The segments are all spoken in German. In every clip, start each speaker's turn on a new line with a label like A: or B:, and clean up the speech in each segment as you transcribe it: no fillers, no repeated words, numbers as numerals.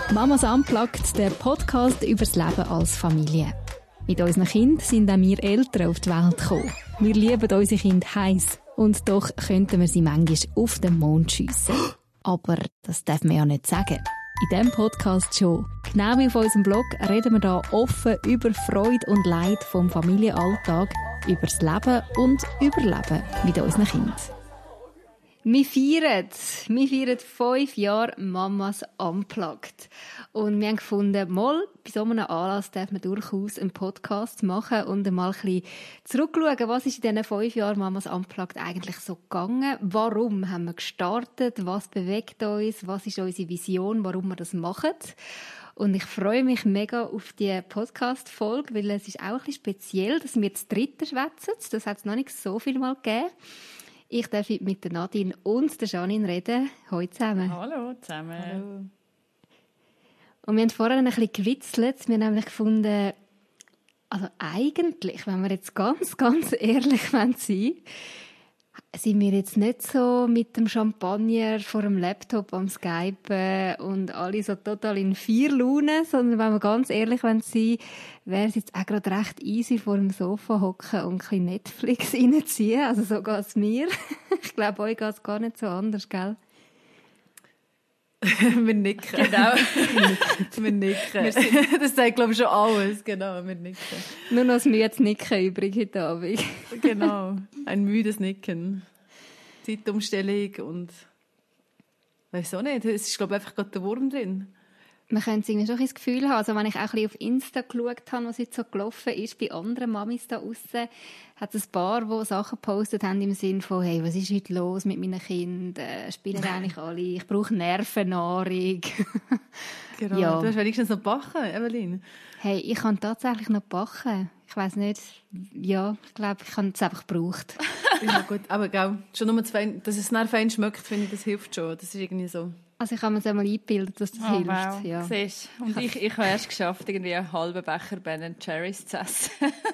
A: Mamas Unplugged, der Podcast über das Leben als Familie. Mit unseren Kindern sind auch wir Eltern auf die Welt gekommen. Wir lieben unsere Kinder heiß und doch könnten wir sie manchmal auf den Mond schiessen. Aber das darf man ja nicht sagen. In diesem Podcast schon. Genau wie auf unserem Blog reden wir hier offen über Freude und Leid vom Familienalltag, über das Leben und Überleben mit unseren Kindern. Wir feiern 5 Jahre Mamas Unplugged. Und wir haben gefunden, mal bei so einem Anlass darf man durchaus einen Podcast machen und mal ein bisschen zurückschauen, was ist in diesen 5 Jahren Mamas Unplugged eigentlich so gegangen? Warum haben wir gestartet? Was bewegt uns? Was ist unsere Vision, warum wir das machen? Und ich freue mich mega auf die Podcast-Folge, weil es ist auch ein bisschen speziell, dass wir zu dritt schwätzen. Das hat es noch nicht so viel Mal gegeben. Ich darf heute mit der Nadine und der Janine reden. Hallo zusammen.
B: Hallo zusammen.
A: Hallo. Und wir haben vorher ein bisschen gewitzelt. Wir haben nämlich gefunden, also eigentlich, wenn wir jetzt ganz, ganz ehrlich sein wollen, sind wir jetzt nicht so mit dem Champagner vor dem Laptop am Skypen und alle so total in Feierlaune, sondern wenn wir ganz ehrlich sein wollen, wäre es jetzt auch gerade recht easy vor dem Sofa hocken und ein bisschen Netflix reinziehen. Also so geht es mir. Ich glaube, euch geht es gar nicht so anders, gell?
B: Wir nicken. Genau. Wir nicken. Das sagt, glaube ich, schon alles. Genau, wir nicken.
A: Nur noch ein müdes Nicken übrig heute Abend.
B: Genau, ein müdes Nicken. Zeitumstellung und... Weiss auch nicht, es ist, glaube ich, einfach gerade der Wurm drin.
A: Man könnte irgendwie schon ein Gefühl haben, also wenn ich auch ein bisschen auf Insta geschaut habe, was jetzt so gelaufen ist, bei anderen Mamis da draussen, hat es ein paar, die Sachen gepostet haben im Sinne von, hey, was ist heute los mit meinen Kindern? Spielen eigentlich alle? Ich brauche Nervennahrung.
B: Genau,
A: ja.
B: Du hast wenigstens noch backen, Evelyn.
A: Hey, ich kann tatsächlich noch backen. Ich weiss nicht, ja, ich glaube, ich habe es einfach gebraucht.
B: Ja gut, aber gell, schon nur dass es nachher fein schmeckt, finde ich, das hilft schon. Das ist irgendwie so.
A: Also ich habe mir es einmal eingebildet, dass das hilft.
B: Wow.
A: Ja.
B: Siehst. Und ich habe erst geschafft, irgendwie einen halben Becher Ben & Jerry's zu essen.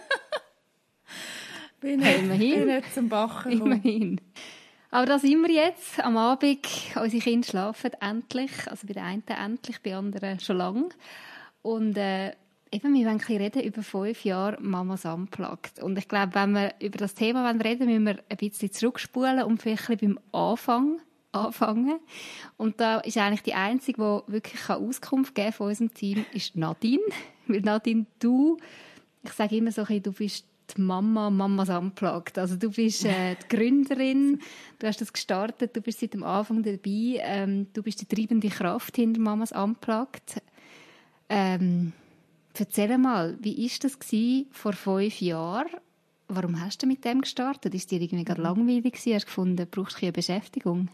A: Immerhin.
B: Bin nicht zum Bachen.
A: Immerhin. Aber da sind wir jetzt am Abend. Unsere Kinder schlafen endlich. Also bei den einen endlich, bei anderen schon lange. Und eben, wir wollen ein bisschen reden über 5 Jahre Mamas Unplugged. Und ich glaube, wenn wir über das Thema reden wollen, müssen wir ein bisschen zurückspulen und vielleicht ein bisschen beim anfangen. Und da ist eigentlich die Einzige, die wirklich Auskunft geben kann von unserem Team, ist Nadine. Weil Nadine, ich sage immer so ein bisschen, du bist die Mamas Unplugged. Also du bist die Gründerin, du hast das gestartet, du bist seit dem Anfang dabei, du bist die treibende Kraft hinter Mamas Unplugged. Erzähl mal, wie war das vor 5 Jahren? Warum hast du mit dem gestartet? Ist dir irgendwie gerade langweilig gewesen? Hast du gefunden, du brauchst eine Beschäftigung?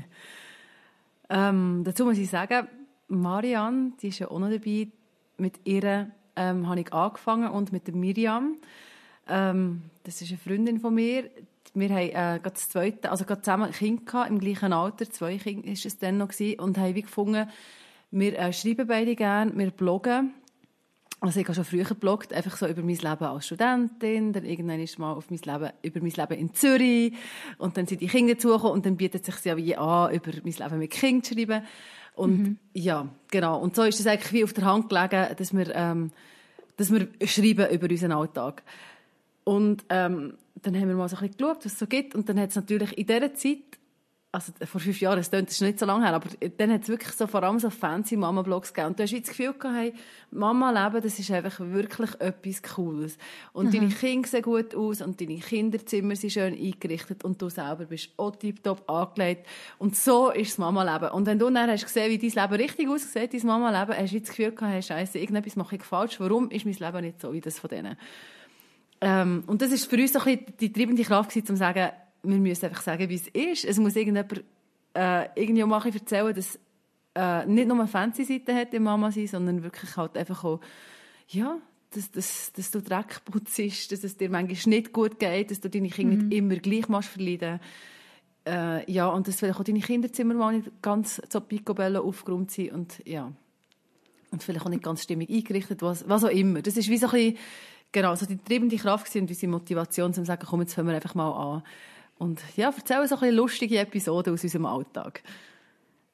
B: Dazu muss ich sagen, Marianne, die ist ja auch noch dabei. Mit ihr habe ich angefangen und mit der Miriam. Das ist eine Freundin von mir. Wir haben gerade das zweite, also gerade zusammen Kinder gehabt, im gleichen Alter. 2 Kinder war es dann noch gewesen, und haben gefunden, wir schreiben beide gerne, wir bloggen. Also ich habe schon früher gebloggt, einfach so über mein Leben als Studentin, dann irgendwann ist mal über mein Leben in Zürich, und dann sind die Kinder dazugekommen und dann bietet es sich ja wie an, über mein Leben mit Kindern zu schreiben. Und ja, genau. Und so ist es eigentlich wie auf der Hand gelegen, dass wir schreiben über unseren Alltag. Und dann haben wir mal so ein bisschen geschaut, was es so gibt, und dann hat es natürlich in dieser Zeit, also vor 5 Jahren, das ist nicht so lange her, aber dann hat es wirklich so, vor allem so fancy Mama-Blogs gegeben. Und du hast das Gefühl gehabt, hey, Mama-Leben, das ist einfach wirklich etwas Cooles. Und deine Kinder sehen gut aus und deine Kinderzimmer sind schön eingerichtet und du selber bist auch tiptop angelegt. Und so ist das Mama-Leben. Und wenn du dann hast gesehen, wie dein Leben richtig aussieht, dein Mama-Leben, hast du das Gefühl gehabt, hey, Scheisse, irgendetwas mache ich falsch. Warum ist mein Leben nicht so wie das von denen? Und das ist für uns so ein bisschen die treibende Kraft gewesen, um zu sagen, wir müssen einfach sagen, wie es ist. Es muss irgendjemand irgendwie mal erzählen, dass nicht nur eine Fancy-Seite hat im Mama-Sein, sondern wirklich halt einfach auch, ja, dass du Dreck putzt, dass es dir manchmal nicht gut geht, dass du deine Kinder nicht immer gleich machst verleiden. Ja, und dass vielleicht auch deine Kinderzimmer mal nicht ganz so picobello aufgeräumt sind und ja. Und vielleicht auch nicht ganz stimmig eingerichtet, was auch immer. Das ist wie so ein bisschen, genau, so die treibende Kraft und unsere Motivation, um zu sagen, komm, jetzt fangen wir einfach mal an. Und ja, erzähl so ein bisschen lustige Episoden aus unserem Alltag.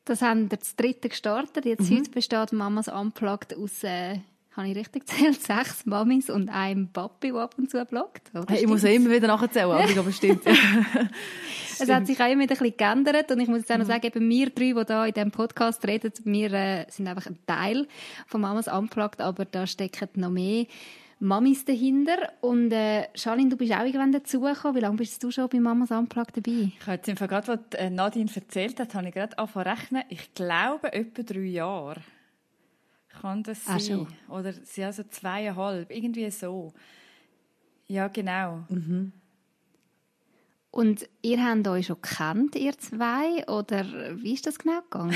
A: Das haben wir das 3. gestartet. Jetzt heute besteht Mamas Unplugged aus, habe ich richtig gezählt, 6 Mamis und einem Papi, der ab und zu bloggt.
B: Hey, ich muss ja immer wieder nachzählen, aber ich glaube, stimmt.
A: Es hat sich auch immer ein bisschen geändert und ich muss jetzt auch noch sagen, eben wir 3, die hier in diesem Podcast reden, wir sind einfach ein Teil von Mamas Unplugged, aber da stecken noch mehr Mamis dahinter. Und Charlene, du bist auch irgendwann dazugekommen. Wie lange bist du schon bei Mamas Unplugged dabei?
C: Ich habe jetzt im Fall gerade, was Nadine erzählt hat, habe ich gerade angefangen zu rechnen. Ich glaube, etwa 3 Jahre. Kann das sein?
A: Schon.
C: Oder ja, so 2,5, irgendwie so. Ja, genau.
A: Und ihr habt euch schon gekannt, ihr zwei? Oder wie ist das genau gegangen?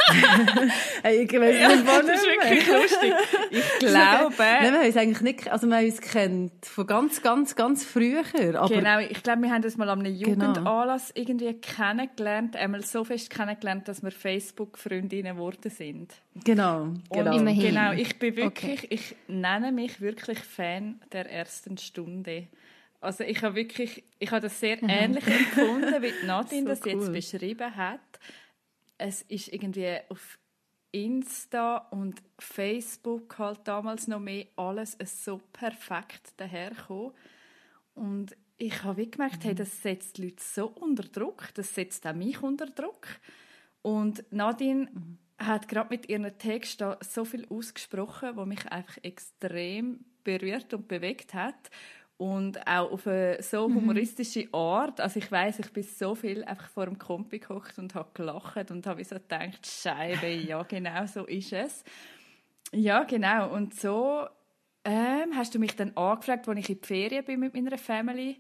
B: Hey, ich weiss nicht,
C: Das ist wirklich lustig. Ich glaube...
B: Nein, wir haben uns eigentlich nicht... Also wir haben uns kennt von ganz früher. Aber
C: Genau, ich glaube, wir haben uns mal an einem Jugendanlass irgendwie kennengelernt. Einmal so fest kennengelernt, dass wir Facebook-Freundinnen geworden sind.
B: Genau.
A: Immerhin.
C: Genau, ich bin wirklich... Ich nenne mich wirklich Fan der ersten Stunde. Also ich habe das sehr ähnlich empfunden, wie Nadine das jetzt beschrieben hat. Es ist irgendwie auf Insta und Facebook halt damals noch mehr alles so perfekt dahergekommen. Und ich habe gemerkt, hey, das setzt die Leute so unter Druck, das setzt auch mich unter Druck. Und Nadine hat gerade mit ihren Texten so viel ausgesprochen, was mich einfach extrem berührt und bewegt hat. Und auch auf eine so humoristische Art. Also ich weiss, ich bin so viel einfach vor dem Kompi gehockt und habe gelacht und habe so gedacht, Scheibe, ja genau, so ist es. Ja, genau. Und so hast du mich dann angefragt, als ich in die Ferien bin mit meiner Family,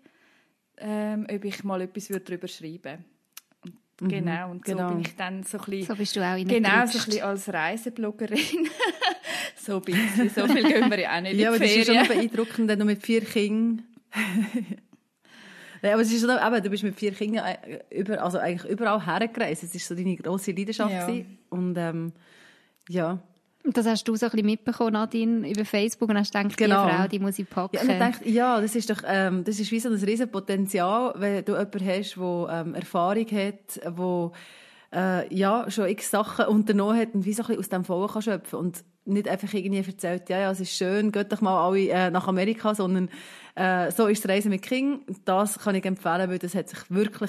C: ob ich mal etwas darüber schreiben würde. Genau, und so bin ich dann so ein bisschen...
A: So bist du auch
C: genau, so ein bisschen als Reisebloggerin. So ein bisschen, so viel gehen wir ja auch nicht in die
B: aber
C: Ferien.
B: das ist schon beeindruckend, wenn du mit 4 Kindern... Nein, aber es ist schon, eben, du bist mit 4 Kindern eigentlich überall hergereist. Es war so deine grosse Leidenschaft.
C: Ja.
B: Und ja...
A: Und das hast du so ein bisschen mitbekommen, Nadine, über Facebook, und hast gedacht,
B: Genau.
A: Die Frau, die muss ich packen.
B: Ja, und ich dachte, ja, das ist doch, das ist wie so ein riesen Potenzial, wenn du jemanden hast, der Erfahrung hat, der schon x Sachen unternommen hat und wie so ein bisschen aus dem Vollen kann schöpfen und nicht einfach irgendwie erzählt, ja, es ist schön, geht doch mal alle nach Amerika, sondern so ist das Reisen mit Kindern. Das kann ich empfehlen, weil das hat sich wirklich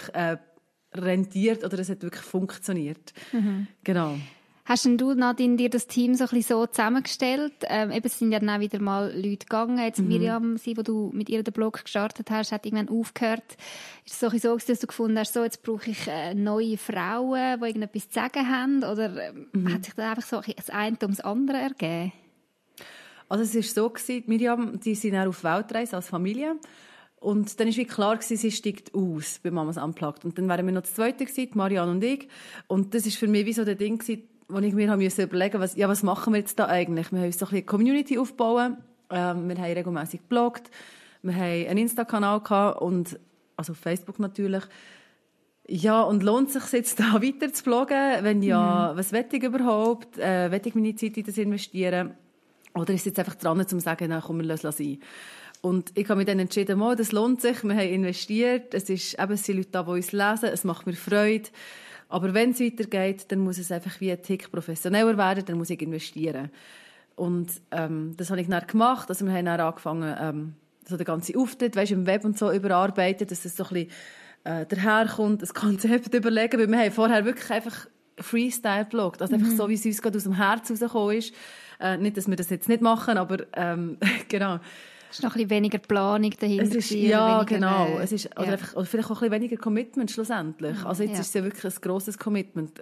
B: rentiert oder es hat wirklich funktioniert. Genau.
A: Hast denn du, Nadine, dir das Team so ein bisschen so zusammengestellt? Es sind ja dann auch wieder mal Leute gegangen. Jetzt Miriam, wo du mit ihr den Blog gestartet hast, hat irgendwann aufgehört. Ist es so gewesen, dass du gefunden hast, so, jetzt brauche ich neue Frauen, die irgendetwas zu sagen haben? Oder hat sich dann einfach so das eine ums andere ergeben?
B: Also es war so gewesen, Miriam, die sind auch auf Weltreise als Familie. Und dann war wie klar gewesen, sie steigt aus bei Mamas Unplugged. Und dann waren wir noch das Zweite gewesen, Marianne und ich. Und das war für mich wie so der Ding gewesen, wo ich mir überlegen musste, was machen wir jetzt da eigentlich? Wir haben uns so ein bisschen eine Community aufgebaut, wir haben regelmässig gebloggt, wir haben einen Insta-Kanal gehabt und, also auf Facebook natürlich. Ja, und lohnt es sich jetzt da weiter zu bloggen? Wenn ja, was will ich überhaupt? Will ich meine Zeit in das investieren? Oder ist es jetzt einfach dran, um zu sagen, na, komm, wir lassen es sein? Und ich habe mich dann entschieden, das lohnt sich, wir haben investiert, es sind Leute da, die uns lesen, es macht mir Freude. Aber wenn es weitergeht, dann muss es einfach wie ein Tick professioneller werden, dann muss ich investieren. Und das habe ich dann gemacht. Also wir haben dann angefangen, so den ganzen Auftritt, im Web und so überarbeitet, dass es so ein bisschen daherkommt, ein Konzept überlegen, weil wir haben vorher wirklich einfach Freestyle gebloggt, also einfach so, wie es uns gerade aus dem Herz rausgekommen ist. Nicht, dass wir das jetzt nicht machen, aber genau.
A: Es ist noch ein bisschen weniger Planung dahinter.
B: Es ist, ja, genau. Es ist, oder vielleicht auch ein bisschen weniger Commitment schlussendlich. Also jetzt ist es ja wirklich ein grosses Commitment.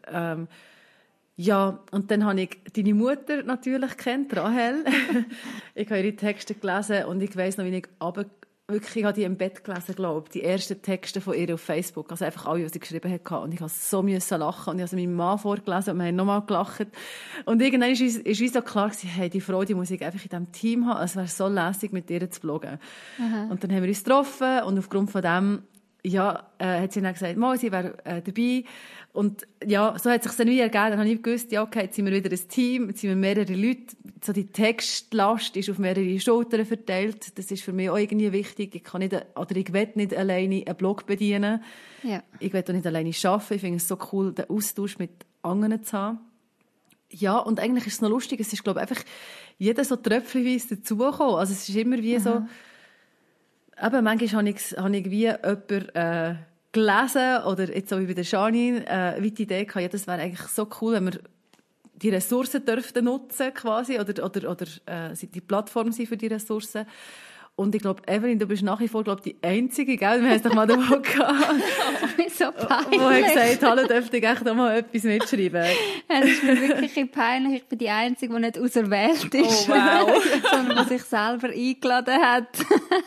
B: Ja, und dann habe ich deine Mutter natürlich kennt, Rahel. Ich habe ihre Texte gelesen und ich weiss noch, wie ich wirklich, ich habe die im Bett gelesen, glaube ich, die ersten Texte von ihr auf Facebook, also einfach alle, was sie geschrieben hat, und ich musste so lachen und ich habe sie meinem Mann vorgelesen und wir haben nochmal gelacht und irgendwann ist wie so klar gewesen, hey, die Frau, die muss ich einfach in diesem Team haben, es wäre so lässig, mit ihr zu bloggen. Und dann haben wir uns getroffen und aufgrund von dem hat sie dann gesagt, sie wäre dabei. Und ja, so hat es sich dann wie ergeben. Dann habe ich gewusst, ja, okay, jetzt sind wir wieder ein Team, jetzt sind wir mehrere Leute. So die Textlast ist auf mehrere Schultern verteilt. Das ist für mich auch irgendwie wichtig. Ich will nicht alleine einen Blog bedienen. Ja. Ich will auch nicht alleine arbeiten. Ich finde es so cool, den Austausch mit anderen zu haben. Ja, und eigentlich ist es noch lustig, es ist, glaube ich, einfach jeder so tröpfchenweise dazugekommen. Also es ist immer wie so, eben, manchmal habe ich wie jemanden gelesen, oder jetzt so wie bei der Janine, wie die Idee gehabt, ja, das wäre eigentlich so cool, wenn wir die Ressourcen dürften nutzen quasi, oder die Plattform sein für die Ressourcen. Und ich glaube, Evelyn, du bist nach wie vor, glaube die Einzige, gell? Wir haben es doch mal davon gehabt.
A: So peinlich.
B: Wo hat gesagt, hallo, dürfte ich echt noch mal etwas mitschreiben?
A: Es ist mir wirklich peinlich. Ich bin die Einzige, die nicht auserwählt ist.
C: Oh, wow.
A: Sondern die sich selber eingeladen hat.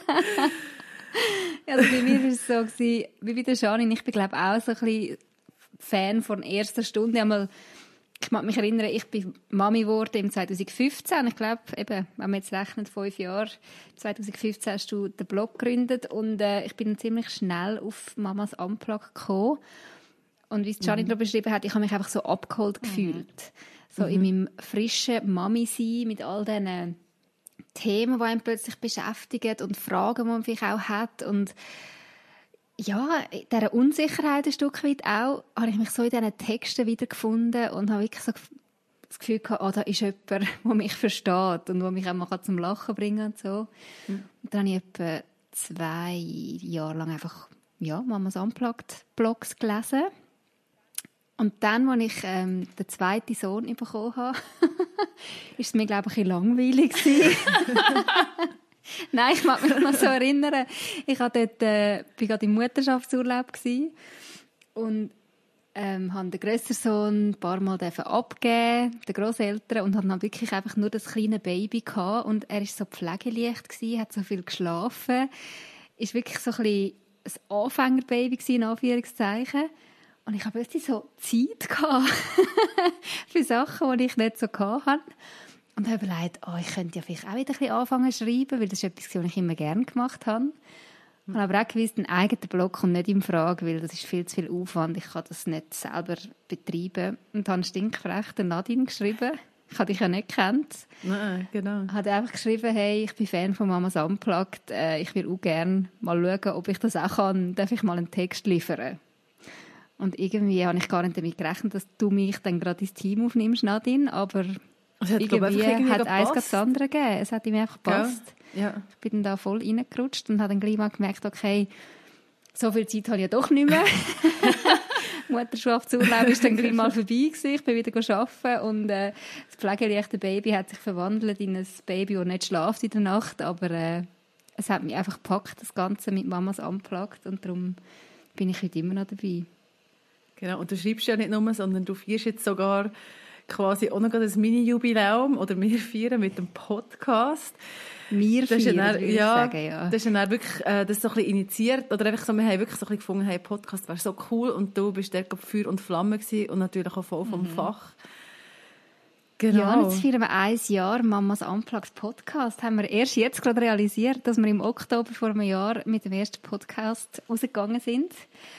A: Also bei mir war es so, wie bei der Janine. Ich bin, glaube ich, auch so ein bisschen Fan von erster Stunde. Ich mag mich erinnern, ich bin Mami geworden im 2015. Ich glaube, eben, wenn man jetzt rechnet, 5 Jahre, 2015 hast du den Blog gegründet und ich bin ziemlich schnell auf Mamas Unplugged gekommen. Und wie es Janine beschrieben hat, ich habe mich einfach so abgeholt gefühlt. So in meinem frischen Mami-Sein mit all diesen Themen, die einen plötzlich beschäftigen und Fragen, die man vielleicht auch hat. Und ja, dieser Unsicherheit ein Stück weit auch, habe ich mich so in diesen Texten wiedergefunden und habe wirklich so das Gefühl gehabt, da ist jemand, der mich versteht und der mich auch mal zum Lachen bringen kann und so. Und dann habe ich etwa 2 Jahre lang einfach, Mamas Unplugged Blogs gelesen. Und dann, als ich den zweiten Sohn bekommen habe, ist es mir, glaube ich, ein bisschen langweilig gewesen. Nein, ich mag mich noch so erinnern. Ich war dort, bin gerade im Mutterschaftsurlaub gewesen und habe den grösseren Sohn ein paar Mal abgeben, den Grosseltern, und hatte dann wirklich einfach nur das kleine Baby gehabt. Und er war so pflegeleicht gewesen, hat so viel geschlafen. Ist wirklich so ein bisschen ein Anfängerbaby gewesen, in Anführungszeichen. Und ich habe plötzlich so Zeit gehabt für Sachen, die ich nicht so hatte. Und habe überlegt, ich könnte ja vielleicht auch wieder ein bisschen anfangen zu schreiben, weil das ist etwas, was ich immer gerne gemacht habe. Ich habe aber auch gewusst, ein eigener Blog kommt nicht in Frage, weil das ist viel zu viel Aufwand. Ich kann das nicht selber betreiben. Und habe stinkfrech den Nadine geschrieben. Ich habe dich ja nicht gekannt.
B: Nein, genau.
A: Ich habe einfach geschrieben, hey, ich bin Fan von Mamas Unplugged. Ich will auch gerne mal schauen, ob ich das auch kann. Darf ich mal einen Text liefern? Und irgendwie habe ich gar nicht damit gerechnet, dass du mich dann gerade ins Team aufnimmst, Nadine. Aber irgendwie hat eins das andere gegeben. Es hat ihm einfach gepasst.
B: Ja.
A: Ich bin dann da voll reingerutscht und habe dann gleich mal gemerkt, okay, so viel Zeit habe ich ja doch nicht mehr. Mutterschaftsurlaub war dann gleich mal vorbei gewesen. Ich bin wieder arbeiten und das pflegeleichte Baby hat sich verwandelt in ein Baby, das nicht schläft in der Nacht, aber es hat mich einfach gepackt, das Ganze mit Mamas Unplugged, und darum bin ich heute immer noch dabei.
B: Genau, und du schreibst ja nicht nur, sondern du feierst jetzt sogar quasi auch noch ein Mini-Jubiläum, oder wir feiern mit dem Podcast.
A: Wir feiern, würde ich sagen, ja.
B: Das ist dann wirklich das so ein bisschen initiiert, oder einfach so, wir haben wirklich so ein bisschen gefunden, hey, Podcast wäre so cool, und du bist dort Feuer und Flamme gewesen und natürlich auch voll vom Fach. Genau.
A: Ja, und jetzt feiern wir 1 Jahr Mamas Unplugged Podcast. Haben wir erst jetzt gerade realisiert, dass wir im Oktober vor einem Jahr mit dem ersten Podcast rausgegangen sind.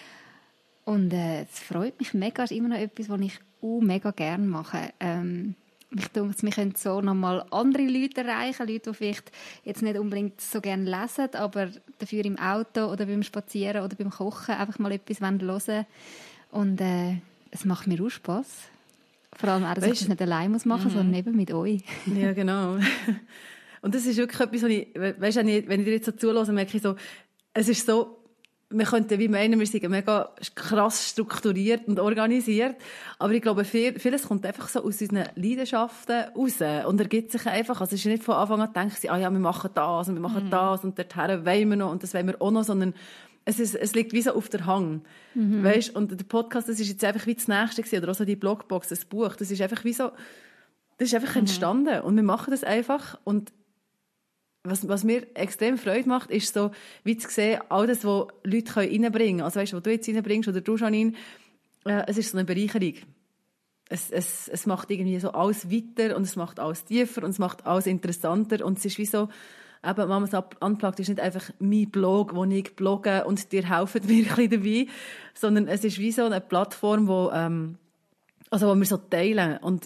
A: Und es freut mich mega. Es ist immer noch etwas, was ich mega gerne mache. Ich denke, wir können so nochmal andere Leute erreichen. Leute, die vielleicht jetzt nicht unbedingt so gerne lesen, aber dafür im Auto oder beim Spazieren oder beim Kochen einfach mal etwas hören wollen. Und es macht mir auch Spass. Vor allem auch, dass ich das nicht allein machen muss, sondern eben mit euch.
B: Ja, genau. Und das ist wirklich etwas, was wenn ich dir jetzt so zuhöre, merke ich so, es ist so, wir könnten wie meinen, wir sind mega krass strukturiert und organisiert, aber ich glaube, vieles kommt einfach so aus unseren Leidenschaften raus und ergibt sich einfach. Also es ist nicht von Anfang an gedacht, wir machen das und wir machen das und dorthin wollen wir noch und das wollen wir auch noch, sondern es liegt wie so auf der Hang. Weißt? Und der Podcast, das ist jetzt einfach wie das Nächste gewesen, oder auch so die Blogbox, das Buch, das ist einfach wie so, das ist einfach entstanden und wir machen das einfach. Und was mir extrem Freude macht, ist so, wie zu sehen, all das, was Leute reinbringen können. Also weißt du, was du jetzt reinbringst, oder du, Janine, es ist so eine Bereicherung. Es macht irgendwie so alles weiter und es macht alles tiefer und es macht alles interessanter und es ist wie so, eben, Mamas Unplugged ist nicht einfach mein Blog, wo ich blogge und dir helfen mir ein bisschen dabei, sondern es ist wie so eine Plattform, wo wir so teilen und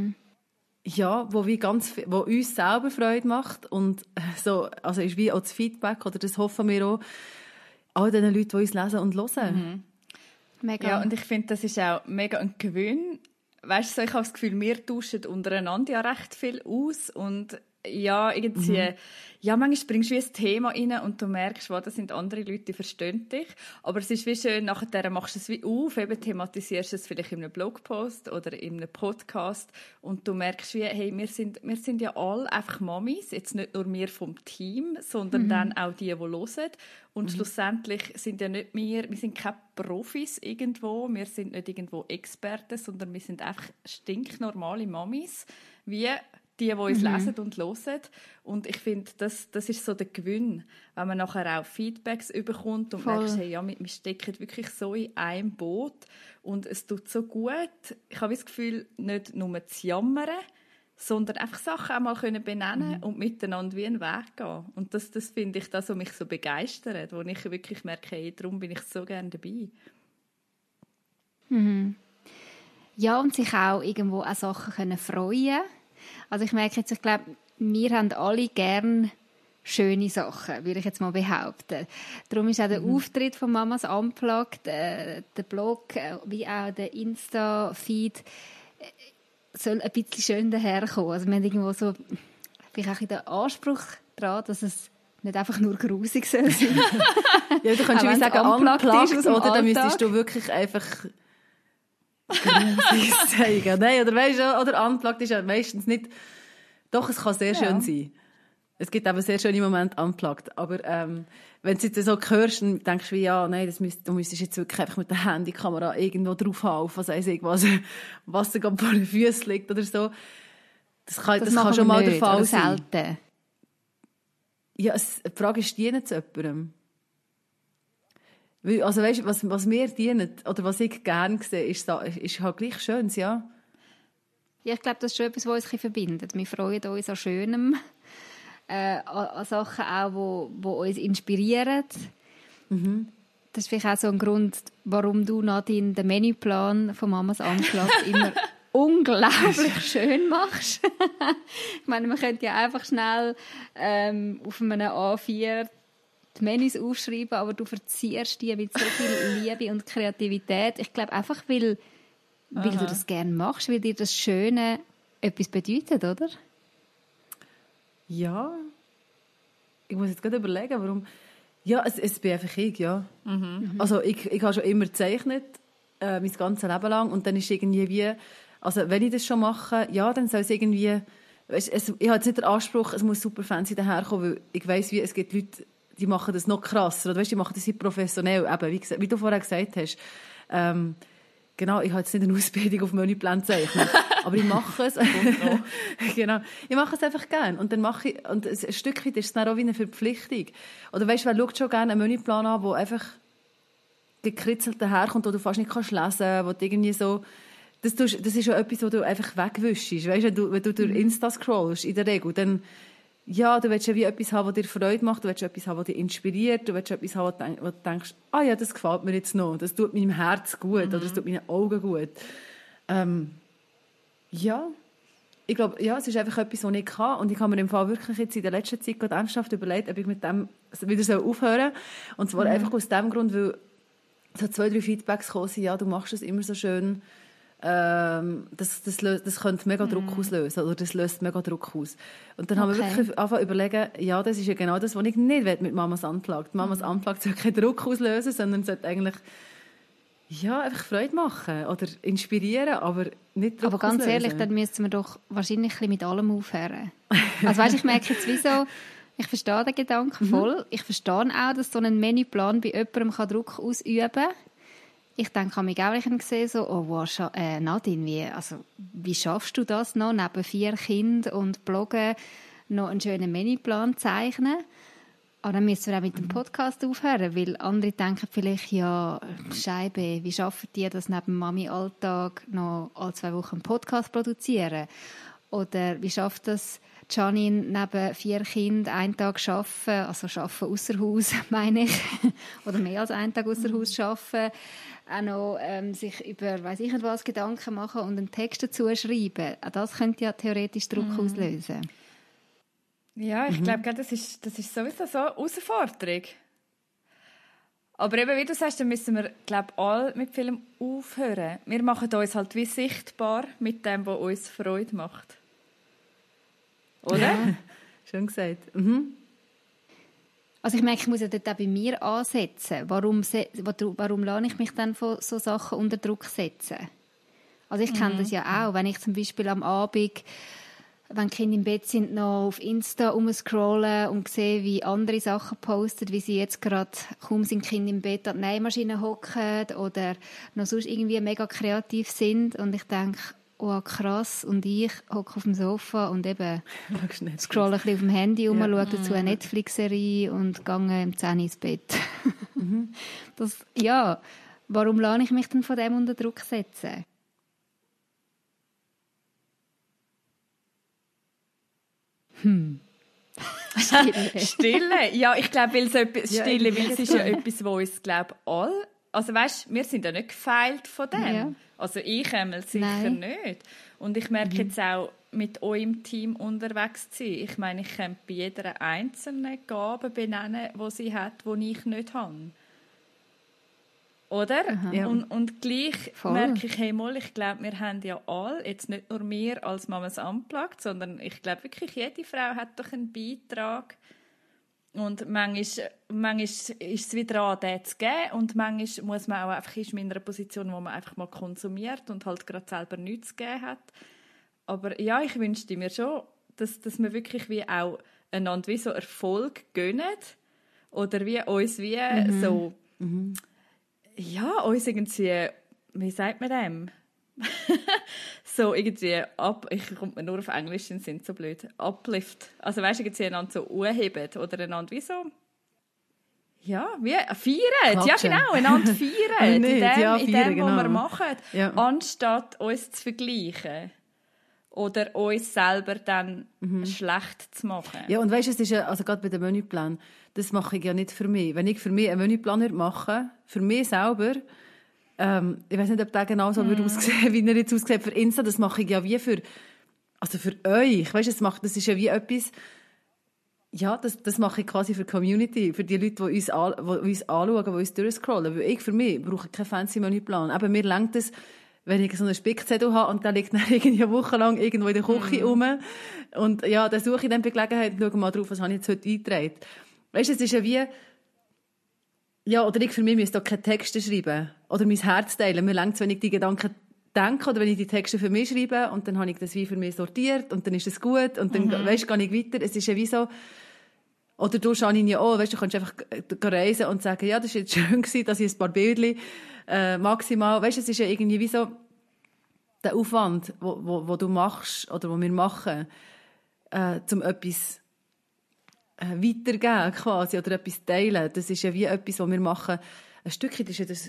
B: ja, wo uns selber Freude macht und so, also ist wie auch das Feedback, oder das hoffen wir auch all den Leuten, die uns lesen und hören.
C: Mega. Ja, und ich finde, das ist auch mega ein Gewinn, weißt du, ich habe das Gefühl, wir tauschen untereinander ja recht viel aus und ja, irgendwie, ja, manchmal bringst du wie ein Thema rein und du merkst, wow, das sind andere Leute, die verstehen dich. Aber es ist wie schön, nachher machst du es wie auf, eben thematisierst es vielleicht in einem Blogpost oder in einem Podcast und du merkst wie, hey, wir sind ja alle einfach Mamis, jetzt nicht nur wir vom Team, sondern dann auch die hören. Und schlussendlich sind ja nicht wir sind keine Profis irgendwo, wir sind nicht irgendwo Experten, sondern wir sind einfach stinknormale Mamis, wie die uns lesen und hören. Und ich finde, das ist so der Gewinn, wenn man nachher auch Feedbacks bekommt und merkt, hey, ja, wir stecken wirklich so in einem Boot und es tut so gut. Ich habe das Gefühl, nicht nur zu jammern, sondern einfach Sachen auch mal benennen und miteinander wie einen Weg gehen. Und das finde ich das, was mich so begeistert, wo ich wirklich merke, hey, darum bin ich so gerne dabei.
A: Ja, und sich auch irgendwo an Sachen freuen. Also ich merke jetzt, ich glaube, wir haben alle gern schöne Sachen, würde ich jetzt mal behaupten. Darum ist auch der Auftritt von Mamas Unplugged, der Blog, wie auch der Insta-Feed, soll ein bisschen schön daherkommen. Also wir haben irgendwo so vielleicht auch den Anspruch daran, dass es nicht einfach nur grusig soll sein.
B: Ja, du kannst wie sagen, unplugged, oder dann müsstest du wirklich einfach grusig zeigen. Nein, oder weißt du, oder unplugged ist ja meistens nicht, doch, es kann sehr schön sein. Es gibt eben sehr schöne Momente unplugged. Aber wenn du jetzt so hörst, dann denkst du wie, ja, nein, du müsstest jetzt wirklich einfach mit der Handykamera irgendwo draufhauen, was weiss ich, was dir gerade vor den Füßen liegt oder so. Das kann schon mal der Fall sein.
A: Selten.
B: Ja, die Frage ist, dienen zu jemandem? Also weißt du, was mir dienen, oder was ich gerne sehe, ist halt gleich Schönes, ja.
A: Ja, ich glaube, das ist schon etwas, was uns verbindet. Wir freuen uns an Schönem, an Sachen auch, die uns inspirieren. Das ist vielleicht auch so ein Grund, warum du, Nadine, den Menüplan von Mamas Unplugged immer unglaublich schön machst. Ich meine, man könnte ja einfach schnell auf einem A4 die Menüs aufschreiben, aber du verzierst die mit so viel Liebe und Kreativität. Ich glaube einfach, weil du das gerne machst, weil dir das Schöne etwas bedeutet, oder?
B: Ja. Ich muss jetzt gerade überlegen, warum. Ja, es bin einfach ich, ja. Also ich habe schon immer gezeichnet, mein ganzes Leben lang. Und dann ist irgendwie wie, also wenn ich das schon mache, ja, dann soll es irgendwie, ich habe jetzt nicht den Anspruch, es muss super fancy daherkommen, weil ich weiss, wie, es gibt Leute, die machen das noch krasser, oder weißt, die machen das professionell, eben, wie du vorher gesagt hast. Genau, ich habe jetzt nicht eine Ausbildung auf Menüplan zeichnen, aber ich mache es. Genau, ich mache es einfach gerne. Und dann mache ich, und ein Stück weit ist es dann auch wie eine Verpflichtung. Oder weißt du, wer schaut schon gerne einen Menüplan an, der einfach gekritzelt daherkommt, wo du fast nicht lesen kannst, wo du irgendwie so, das ist ja etwas, wo du einfach wegwischst. Weißt du, wenn du durch Insta scrollst, in der Regel, dann, ja, du willst ja wie etwas haben, das dir Freude macht, du willst etwas haben, das dich inspiriert, du willst etwas haben, wo du denkst, ah ja, das gefällt mir jetzt noch, das tut meinem Herz gut, oder das tut meinen Augen gut. Ja, ich glaube, ja, es ist einfach etwas, was ich kann, und ich habe mir im Fall wirklich jetzt in der letzten Zeit gerade ernsthaft überlegt, ob ich mit dem wieder aufhören soll. Und zwar einfach aus dem Grund, weil so 2, 3 Feedbacks gekommen sind, ja, du machst es immer so schön, das könnte mega Druck auslösen, oder das löst mega Druck aus. Und dann haben wir wirklich angefangen zu überlegen, ja, das ist ja genau das, was ich nicht will mit Mamas Unplugged. Mamas Unplugged soll keinen Druck auslösen, sondern sollte eigentlich, ja, einfach Freude machen oder inspirieren, aber nicht Druck
A: Aber ganz
B: auslösen.
A: ehrlich, dann müssten wir doch wahrscheinlich ein bisschen mit allem aufhören. Also weißt, ich merke jetzt wieso, ich verstehe den Gedanken voll. Ich verstehe auch, dass so ein Menüplan bei jemandem Druck ausüben kann. Ich denke, an mich auch, ich habe gesehen, so, oh, wow, Nadine, wie schaffst du das noch, neben 4 Kindern und Bloggen noch einen schönen Menüplan zeichnen? Aber dann müssen wir auch mit dem Podcast aufhören, weil andere denken vielleicht, ja, Scheibe, wie schaffen die das neben dem Mami-Alltag noch alle 2 Wochen einen Podcast produzieren? Oder wie schafft das Janine neben 4 Kindern einen Tag arbeiten, also arbeiten ausser Haus, meine ich, oder mehr als einen Tag ausser Haus arbeiten, auch noch sich über weiss ich nicht was Gedanken machen und einen Text dazu schreiben. Auch das könnte ja theoretisch Druck auslösen.
C: Ja, ich glaube, das ist sowieso so eine Herausforderung. Aber eben, wie du sagst, dann müssen wir, glaube ich, alle mit Film aufhören. Wir machen uns halt wie sichtbar mit dem, was uns Freude macht. Oder?
B: Ja, schön gesagt. Mhm.
A: Also ich merke, ich muss ja dort auch bei mir ansetzen. Warum lasse ich mich dann von so Sachen unter Druck setzen? Also ich kenne das ja auch, wenn ich zum Beispiel am Abend, wenn die Kinder im Bett sind, noch auf Insta rumscrollen und sehe, wie andere Sachen posten, wie sie jetzt gerade, kaum sind Kinder im Bett, an der Nähmaschine hocken oder noch sonst irgendwie mega kreativ sind. Und ich denke, oh krass, und ich hocke auf dem Sofa und eben scrolle ein bisschen auf dem Handy rum, schaue dazu eine Netflix-Serie und gehe um 10 Uhr ins Bett. Warum lasse ich mich denn von dem unter Druck setzen?
C: Stille? Ja, ich glaube, weil es ist ja etwas, wo uns, glaube alle... Also weißt, wir sind ja nicht gefeilt von dem. Ja. Also ich sicher nicht. Und ich merke jetzt auch, mit eurem Team unterwegs zu sein. Ich meine, ich kann bei jeder einzelnen Gabe benennen, die sie hat, die ich nicht habe. Oder? Ja. Und gleich merke ich, ich glaube, wir haben ja alle, jetzt nicht nur wir als Mamas Unplugged, sondern ich glaube wirklich, jede Frau hat doch einen Beitrag. Und manchmal ist es wieder an, den zu geben. Und manchmal muss man auch einfach, ist man in einer Position, wo man einfach mal konsumiert und halt gerade selber nichts zu geben hat. Aber ja, ich wünschte mir schon, dass wir wirklich wie auch einander wie so Erfolg gönnen. Oder wie uns wie so... Ja, uns irgendwie... Wie sagt man dem? so irgendwie ich komme nur auf Englisch, sind so blöd. Uplift. Also weißt du, irgendwie einander so anheben oder einander wie so... Ja, wie feiern.
B: Klatschen.
C: Ja, genau, einander feiern. in dem,
B: genau.
C: was wir machen. Ja. Anstatt uns zu vergleichen. Oder uns selber dann schlecht zu machen.
B: Ja, und weißt du, es ist ja, also gerade bei den Menüplänen, das mache ich ja nicht für mich. Wenn ich für mich einen Menüplan mache, für mich selber, ich weiß nicht, ob der genau so würde aussehen, wie er jetzt aussieht für Insta, das mache ich ja wie für euch. Weißt du, das ist ja wie etwas, ja, das mache ich quasi für die Community, für die Leute, die uns anschauen, die uns durchscrollen. Weil ich für mich brauche keinen fancy Menüplan. Aber mir reicht es, wenn ich so einen Spickzettel habe und der liegt dann irgendwie eine Woche lang irgendwo in der Küche rum. Und ja, dann suche ich dann bei Gelegenheit und schaue mal drauf, was habe ich jetzt heute eingetragen. Weißt du, es ist ja wie... Ja, oder ich für mich müsste auch keine Texte schreiben. Oder mein Herz teilen. Mir reicht es, wenn ich die Gedanken denke oder wenn ich die Texte für mich schreibe und dann habe ich das wie für mich sortiert und dann ist es gut und dann weisst, gehe ich weiter. Es ist ja wie so... Oder du, Janine, ja auch, weißt, du kannst einfach reisen und sagen, ja, das war jetzt schön gewesen, dass ich ein paar Bildchen maximal, weißt, es ist ja irgendwie wie so der Aufwand, wo du machst oder wo wir machen, um etwas weitergeben quasi oder etwas teilen. Das ist ja wie etwas, was wir machen. Ein Stückchen ist ja das,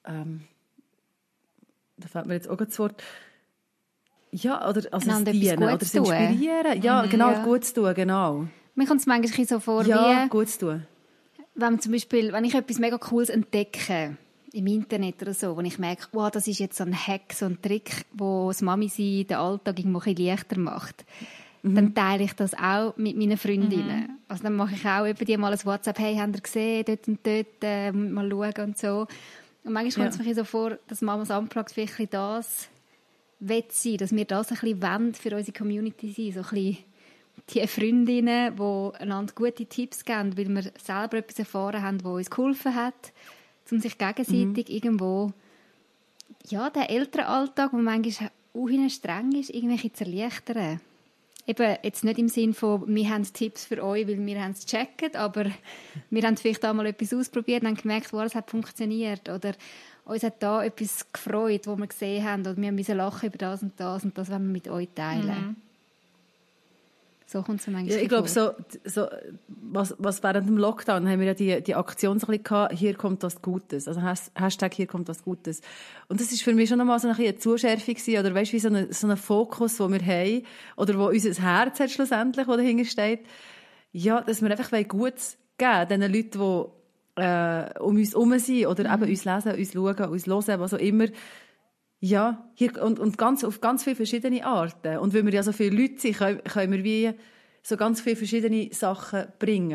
B: da fällt mir jetzt auch das Wort, ja, oder also das Dienen oder das Inspirieren. Ja, genau, gut zu tun, genau.
A: Mir kommt es manchmal so vor,
B: wie... gut zu tun.
A: Wenn ich etwas mega Cooles entdecke, im Internet oder so, wo ich merke, wow, das ist jetzt so ein Hack, so ein Trick, wo das Mami-Sein den Alltag irgendwo ein bisschen leichter macht, dann teile ich das auch mit meinen Freundinnen. Also dann mache ich auch über die mal ein WhatsApp, hey, habt ihr gesehen, dort und dort, mal schauen und so. Und manchmal kommt es mir so vor, dass Mamas Unplugged vielleicht das sein, dass wir das ein bisschen wollen für unsere Community sein, so ein bisschen die Freundinnen, die einander gute Tipps geben, weil wir selber etwas erfahren haben, das uns geholfen hat, um sich gegenseitig irgendwo, ja, den Elternalltag, der manchmal auch streng ist, irgendwie zu erleichtern. Eben, jetzt nicht im Sinn von, wir haben Tipps für euch, weil wir es gecheckt, aber wir haben vielleicht auch mal etwas ausprobiert und haben gemerkt, wow, es hat funktioniert. Oder uns hat da etwas gefreut, was wir gesehen haben. Oder wir müssen lachen über das und das wollen wir mit euch teilen. So kommt es manchmal
B: vor. Ich glaube, was während dem Lockdown haben wir ja die Aktion so ein bisschen gehabt, hier kommt was Gutes. Also Hashtag hier kommt was Gutes. Und das ist für mich schon nochmal so eine Zuschärfung gewesen, oder weißt du, wie so ein Fokus, den wir haben, oder wo unser Herz hat schlussendlich, wo dahinter steht. Ja, dass wir einfach Gutes geben, den Leuten, die um uns herum sind, oder eben uns lesen, uns schauen, uns hören, was auch immer. Ja, hier, und auf ganz viele verschiedene Arten. Und weil wir ja so viele Leute sind, können wir wie so ganz viele verschiedene Sachen bringen.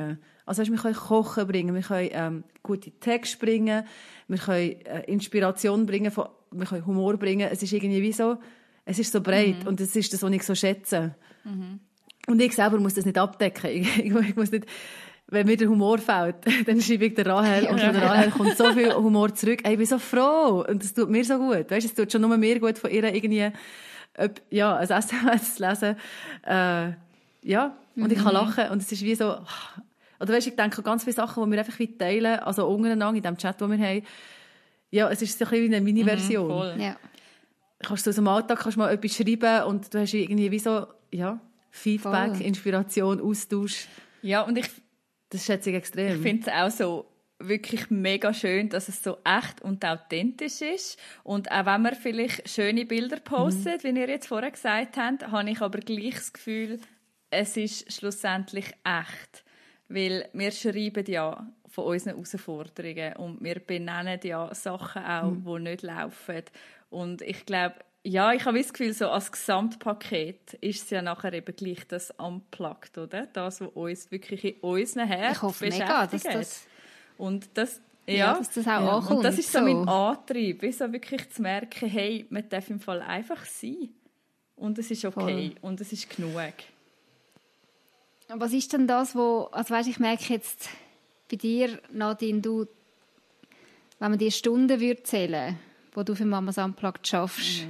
B: Also wir können Kochen bringen, wir können gute Texte bringen, wir können Inspiration bringen, wir können Humor bringen. Es ist irgendwie wie so, es ist so breit und es ist das, was ich so schätze. Und ich selber muss das nicht abdecken. Ich muss nicht, wenn mir der Humor fehlt, dann schreibe ich der Rahel und von der Rahel kommt so viel Humor zurück. Ich bin so froh und das tut mir so gut. Weißt, es tut schon nur mir gut, von ihr irgendwie ein SMS zu lesen. Und ich kann lachen und es ist wie so... Oder weißt, ich denke an ganz viele Sachen, die wir einfach teilen, also untereinander in dem Chat, den wir haben. Ja, es ist so ein bisschen wie eine Mini-Version.
C: Ja.
B: Kannst du aus dem Alltag mal etwas schreiben und du hast irgendwie wie so, Feedback, Inspiration, Austausch.
C: Ja, und
B: das schätze ich extrem.
C: Ich finde es auch so wirklich mega schön, dass es so echt und authentisch ist. Und auch wenn man vielleicht schöne Bilder postet, wie ihr jetzt vorher gesagt habt, habe ich aber gleich das Gefühl, es ist schlussendlich echt. Weil wir schreiben ja von unseren Herausforderungen und wir benennen ja Sachen auch, die nicht laufen. Und ich glaube, ja, ich habe das Gefühl, so als Gesamtpaket ist es ja nachher eben gleich das Unplugged, oder? Das, was uns wirklich in unseren Herzen beschäftigt. Mega, dass das... Und das... Ja,
A: dass das auch ankommt.
C: Und das ist so mein Antrieb, so wirklich zu merken, hey, man darf im Fall einfach sein. Und es ist okay. Voll. Und es ist genug.
A: Was ist denn das, also weißt, ich merke jetzt bei dir, Nadine, wenn man die Stunden zählen würde, die du für Mamas Unplugged schaffst,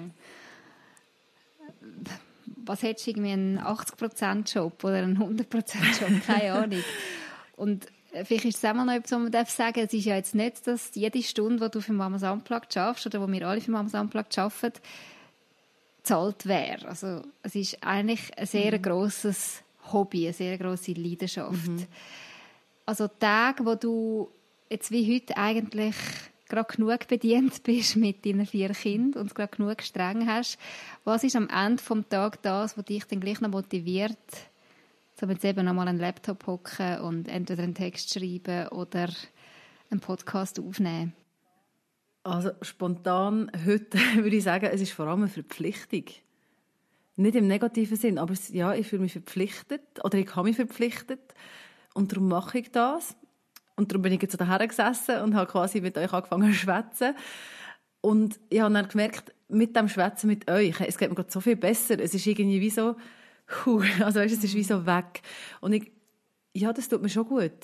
A: was hättest du, irgendwie einen 80%-Job oder einen 100%-Job? Keine Ahnung. Und vielleicht ist es auch mal noch etwas, was man sagen darf. Es ist ja jetzt nicht, dass jede Stunde, die du für Mamas Unplugged schaffst oder wo wir alle für Mamas Unplugged arbeiten, bezahlt wäre. Also es ist eigentlich ein sehr grosses Hobby, eine sehr grosse Leidenschaft. Also Tage, wo du jetzt wie heute eigentlich gerade genug bedient bist mit deinen 4 Kindern und gerade genug streng hast, was ist am Ende des Tages das, was dich dann gleich noch motiviert, um jetzt eben nochmal einen Laptop hocken und entweder einen Text schreiben oder einen Podcast aufnehmen?
B: Also spontan heute würde ich sagen, es ist vor allem eine Verpflichtung. Nicht im negativen Sinn, aber ich fühle mich verpflichtet oder ich habe mich verpflichtet und darum mache ich das. Und darum bin ich jetzt so daher gesessen und habe quasi mit euch angefangen zu schwätzen. Und ich habe dann gemerkt, mit dem Schwätzen mit euch, es geht mir gerade so viel besser. Es ist irgendwie wie so, also weißt, es ist wie so weg. Und das tut mir schon gut.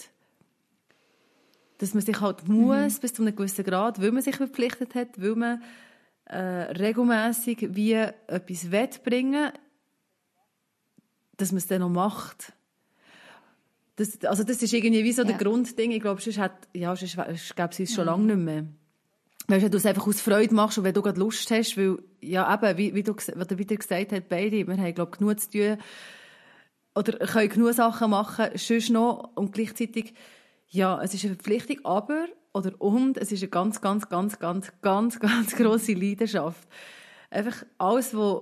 B: Dass man sich halt muss, bis zu einem gewissen Grad, weil man sich verpflichtet hat, weil man regelmässig wie etwas wettbringen, dass man es dann noch macht. Das ist irgendwie wie so der Grundding. Ich glaube, sonst gäbe es uns schon lange nicht mehr. Weil wenn du es einfach aus Freude machst und wenn du gerade Lust hast, weil, ja eben, wie du wieder gesagt hast, beide, wir haben, glaube ich, genug zu tun oder können genug Sachen machen, sonst noch und gleichzeitig, ja, es ist eine Verpflichtung, und es ist eine ganz, ganz, ganz, ganz, ganz, ganz grosse Leidenschaft. Einfach alles, was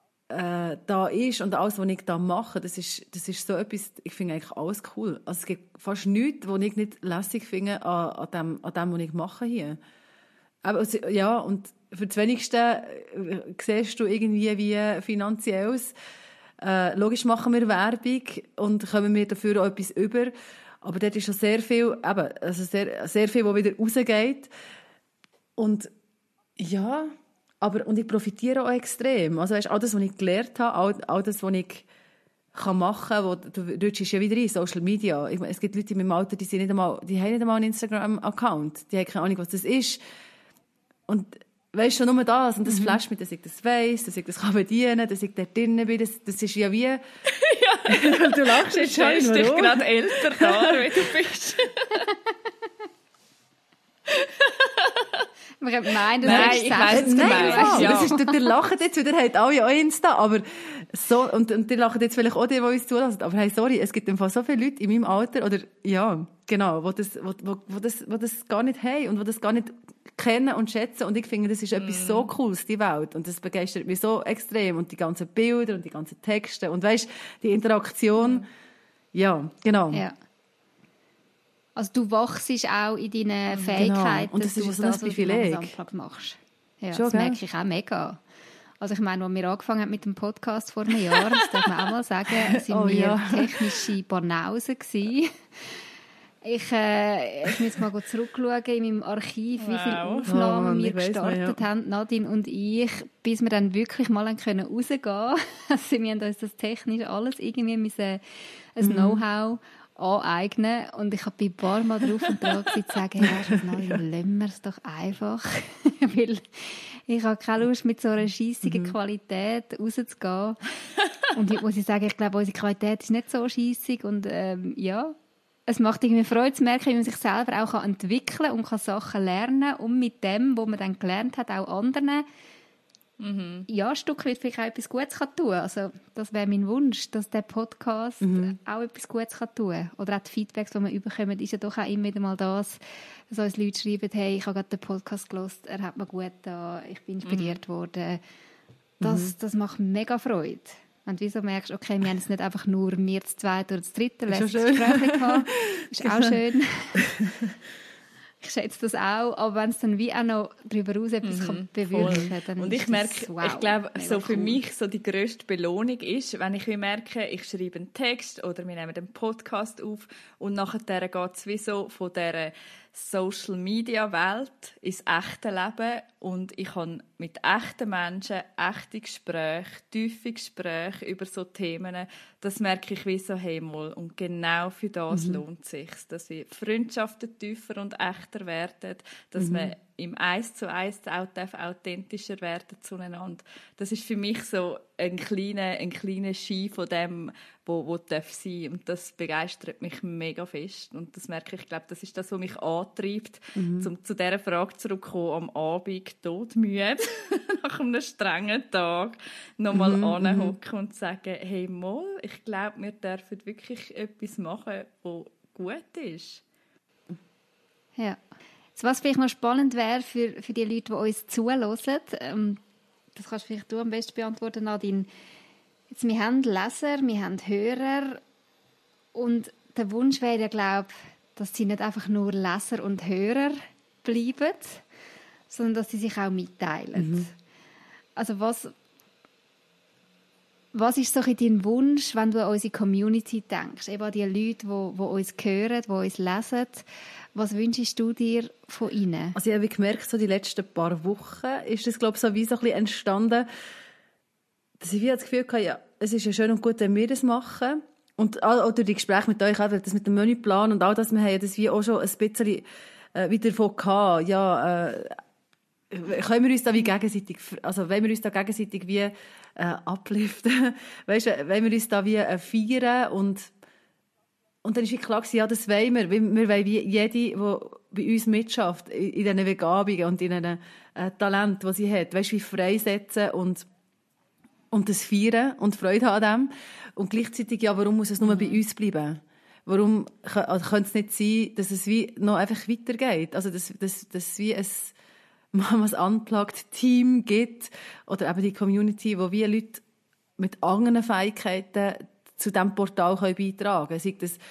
B: da ist und alles, was ich da mache, das ist so etwas, ich finde eigentlich alles cool. Also es gibt fast nichts, was ich nicht lässig finde an dem, was ich mache hier. Aber, ja, und für das Wenigste siehst du irgendwie wie Finanzielles. Logisch machen wir Werbung und kommen wir dafür auch etwas über. Aber dort ist schon sehr viel, sehr, sehr viel, was wieder rausgeht. Und ja, und ich profitiere auch extrem. Also weißt, all das, was ich gelernt habe, all das, was ich machen kann, du rutschst ja wieder in Social Media. Es gibt Leute in meinem Alter, die haben nicht einmal einen Instagram-Account. Die haben keine Ahnung, was das ist. Und weißt schon nur das, und das flasht mich, dass ich das weiss, dass ich das kann bedienen, dass ich dort drinnen bin, das ist ja wie...
C: Ja,
B: du lachst jetzt schon,
C: warum? Du dich gerade älter da, wie du bist.
A: Man könnte meinen,
C: nein, ich weiss es genau.
B: Ja. Ihr lacht jetzt, weil ihr habt alle auch Insta, aber so, und ihr lacht jetzt vielleicht auch die uns zulassen, aber hey, sorry, es gibt im Fall so viele Leute in meinem Alter, oder, ja, genau, wo das gar nicht haben und wo das gar nicht kennen und schätzen, und ich finde, das ist etwas so Cooles, die Welt, und das begeistert mich so extrem, und die ganzen Bilder und die ganzen Texte, und weisst, die Interaktion, ja, genau.
A: Ja. Also du wachst auch in deinen Fähigkeiten,
B: genau. Und das ist so ein Privileg.
A: Machst. Ja,
B: schon,
A: das merke ich auch mega. Also ich meine, als wir angefangen haben mit dem Podcast vor einem Jahr, das darf man auch mal sagen, sind wir technische Banausen gewesen. Ich muss jetzt mal zurückschauen in meinem Archiv, wie viele Aufnahmen wir gestartet haben, Nadine und ich, bis wir dann wirklich mal rausgehen können. Also wir haben uns das technisch alles irgendwie ein Know-how aneignen. Und ich habe ein paar Mal drauf und dran zu sagen, Nadine, lassen wir es doch einfach. Weil ich habe keine Lust, mit so einer scheissigen Qualität rauszugehen. Und ich muss sagen, ich glaube, unsere Qualität ist nicht so scheissig. Und es macht irgendwie Freude zu merken, wie man sich selber auch entwickeln kann und kann Sachen lernen und mit dem, was man dann gelernt hat, auch anderen ein Stück weit vielleicht auch etwas Gutes kann tun. Also das wäre mein Wunsch, dass der Podcast auch etwas Gutes kann tun. Oder auch die Feedbacks, die wir bekommen, ist ja doch auch immer wieder mal das, dass uns Leute schreiben, hey, ich habe gerade den Podcast gehört, er hat mir gut getan, ich bin inspiriert worden. Das macht mega Freude. Wenn du so merkst, okay, wir haben jetzt nicht einfach nur wir das zweite oder das dritte Gespräch gehabt. Ist auch schön. Ich schätze das auch, aber wenn es dann wie auch noch darüber hinaus etwas bewirken kann, dann
C: und
A: ich
C: merke,
A: wow,
C: ich glaube, so
A: cool.
C: für mich so die grösste Belohnung ist, wenn ich merke, ich schreibe einen Text oder wir nehmen einen Podcast auf und nachher geht es wie so von dieser Social-Media-Welt ins echte Leben und ich habe mit echten Menschen echte Gespräche, tiefe Gespräche über so Themen, das merke ich wie so, hey mal, und genau für das lohnt es sich, dass wir Freundschaften tiefer und echter werden, dass man im 1:1 auch authentischer werden zueinander. Das ist für mich so ein kleiner Schein von dem, wo darf sein. Und das begeistert mich mega fest. Und das merke ich, glaube, das ist das, was mich antreibt, um zu dieser Frage zurückzukommen, am Abend todmüde, nach einem strengen Tag, nochmal anhocken und sagen, hey mal, ich glaube, wir dürfen wirklich etwas machen, was gut ist.
A: Ja. Was vielleicht noch spannend wäre für die Leute, die uns zuhören, das kannst vielleicht du am besten beantworten, Nadine. Jetzt, wir haben Leser, wir haben Hörer und der Wunsch wäre ja, glaube ich, dass sie nicht einfach nur Leser und Hörer bleiben, sondern dass sie sich auch mitteilen. Also was ist so dein Wunsch, wenn du an unsere Community denkst, eben an die Leute, die uns hören, die uns lesen? Was wünschst du dir von ihnen?
B: Also ich habe gemerkt, so die letzten paar Wochen ist das, glaube ich, so wie so ein bisschen entstanden, dass ich wie das Gefühl hatte, ja, es ist ja schön und gut, wenn wir das machen. Und auch durch die Gespräche mit euch, das mit dem Menüplan und all das, wir haben das wie auch schon ein bisschen wieder davon gehabt. Ja, können wir uns da wie gegenseitig, also wenn wir uns da gegenseitig wie upliften, weißt du, wenn wir uns da wie feiern und dann war klar, ja, das wollen wir. Wir wollen wie jede, die bei uns mitschafft, in diesen Begabungen und in diesen Talenten, die sie hat, weißt, wie freisetzen und das feiern und Freude haben an dem. Und gleichzeitig, ja, warum muss es nur bei uns bleiben? Warum könnte es nicht sein, dass es wie noch einfach weitergeht? Also, dass wie ein Mamas Unplugged Team gibt oder eben die Community, wo wie Leute mit anderen Fähigkeiten zu diesem Portal beitragen können. Sei das,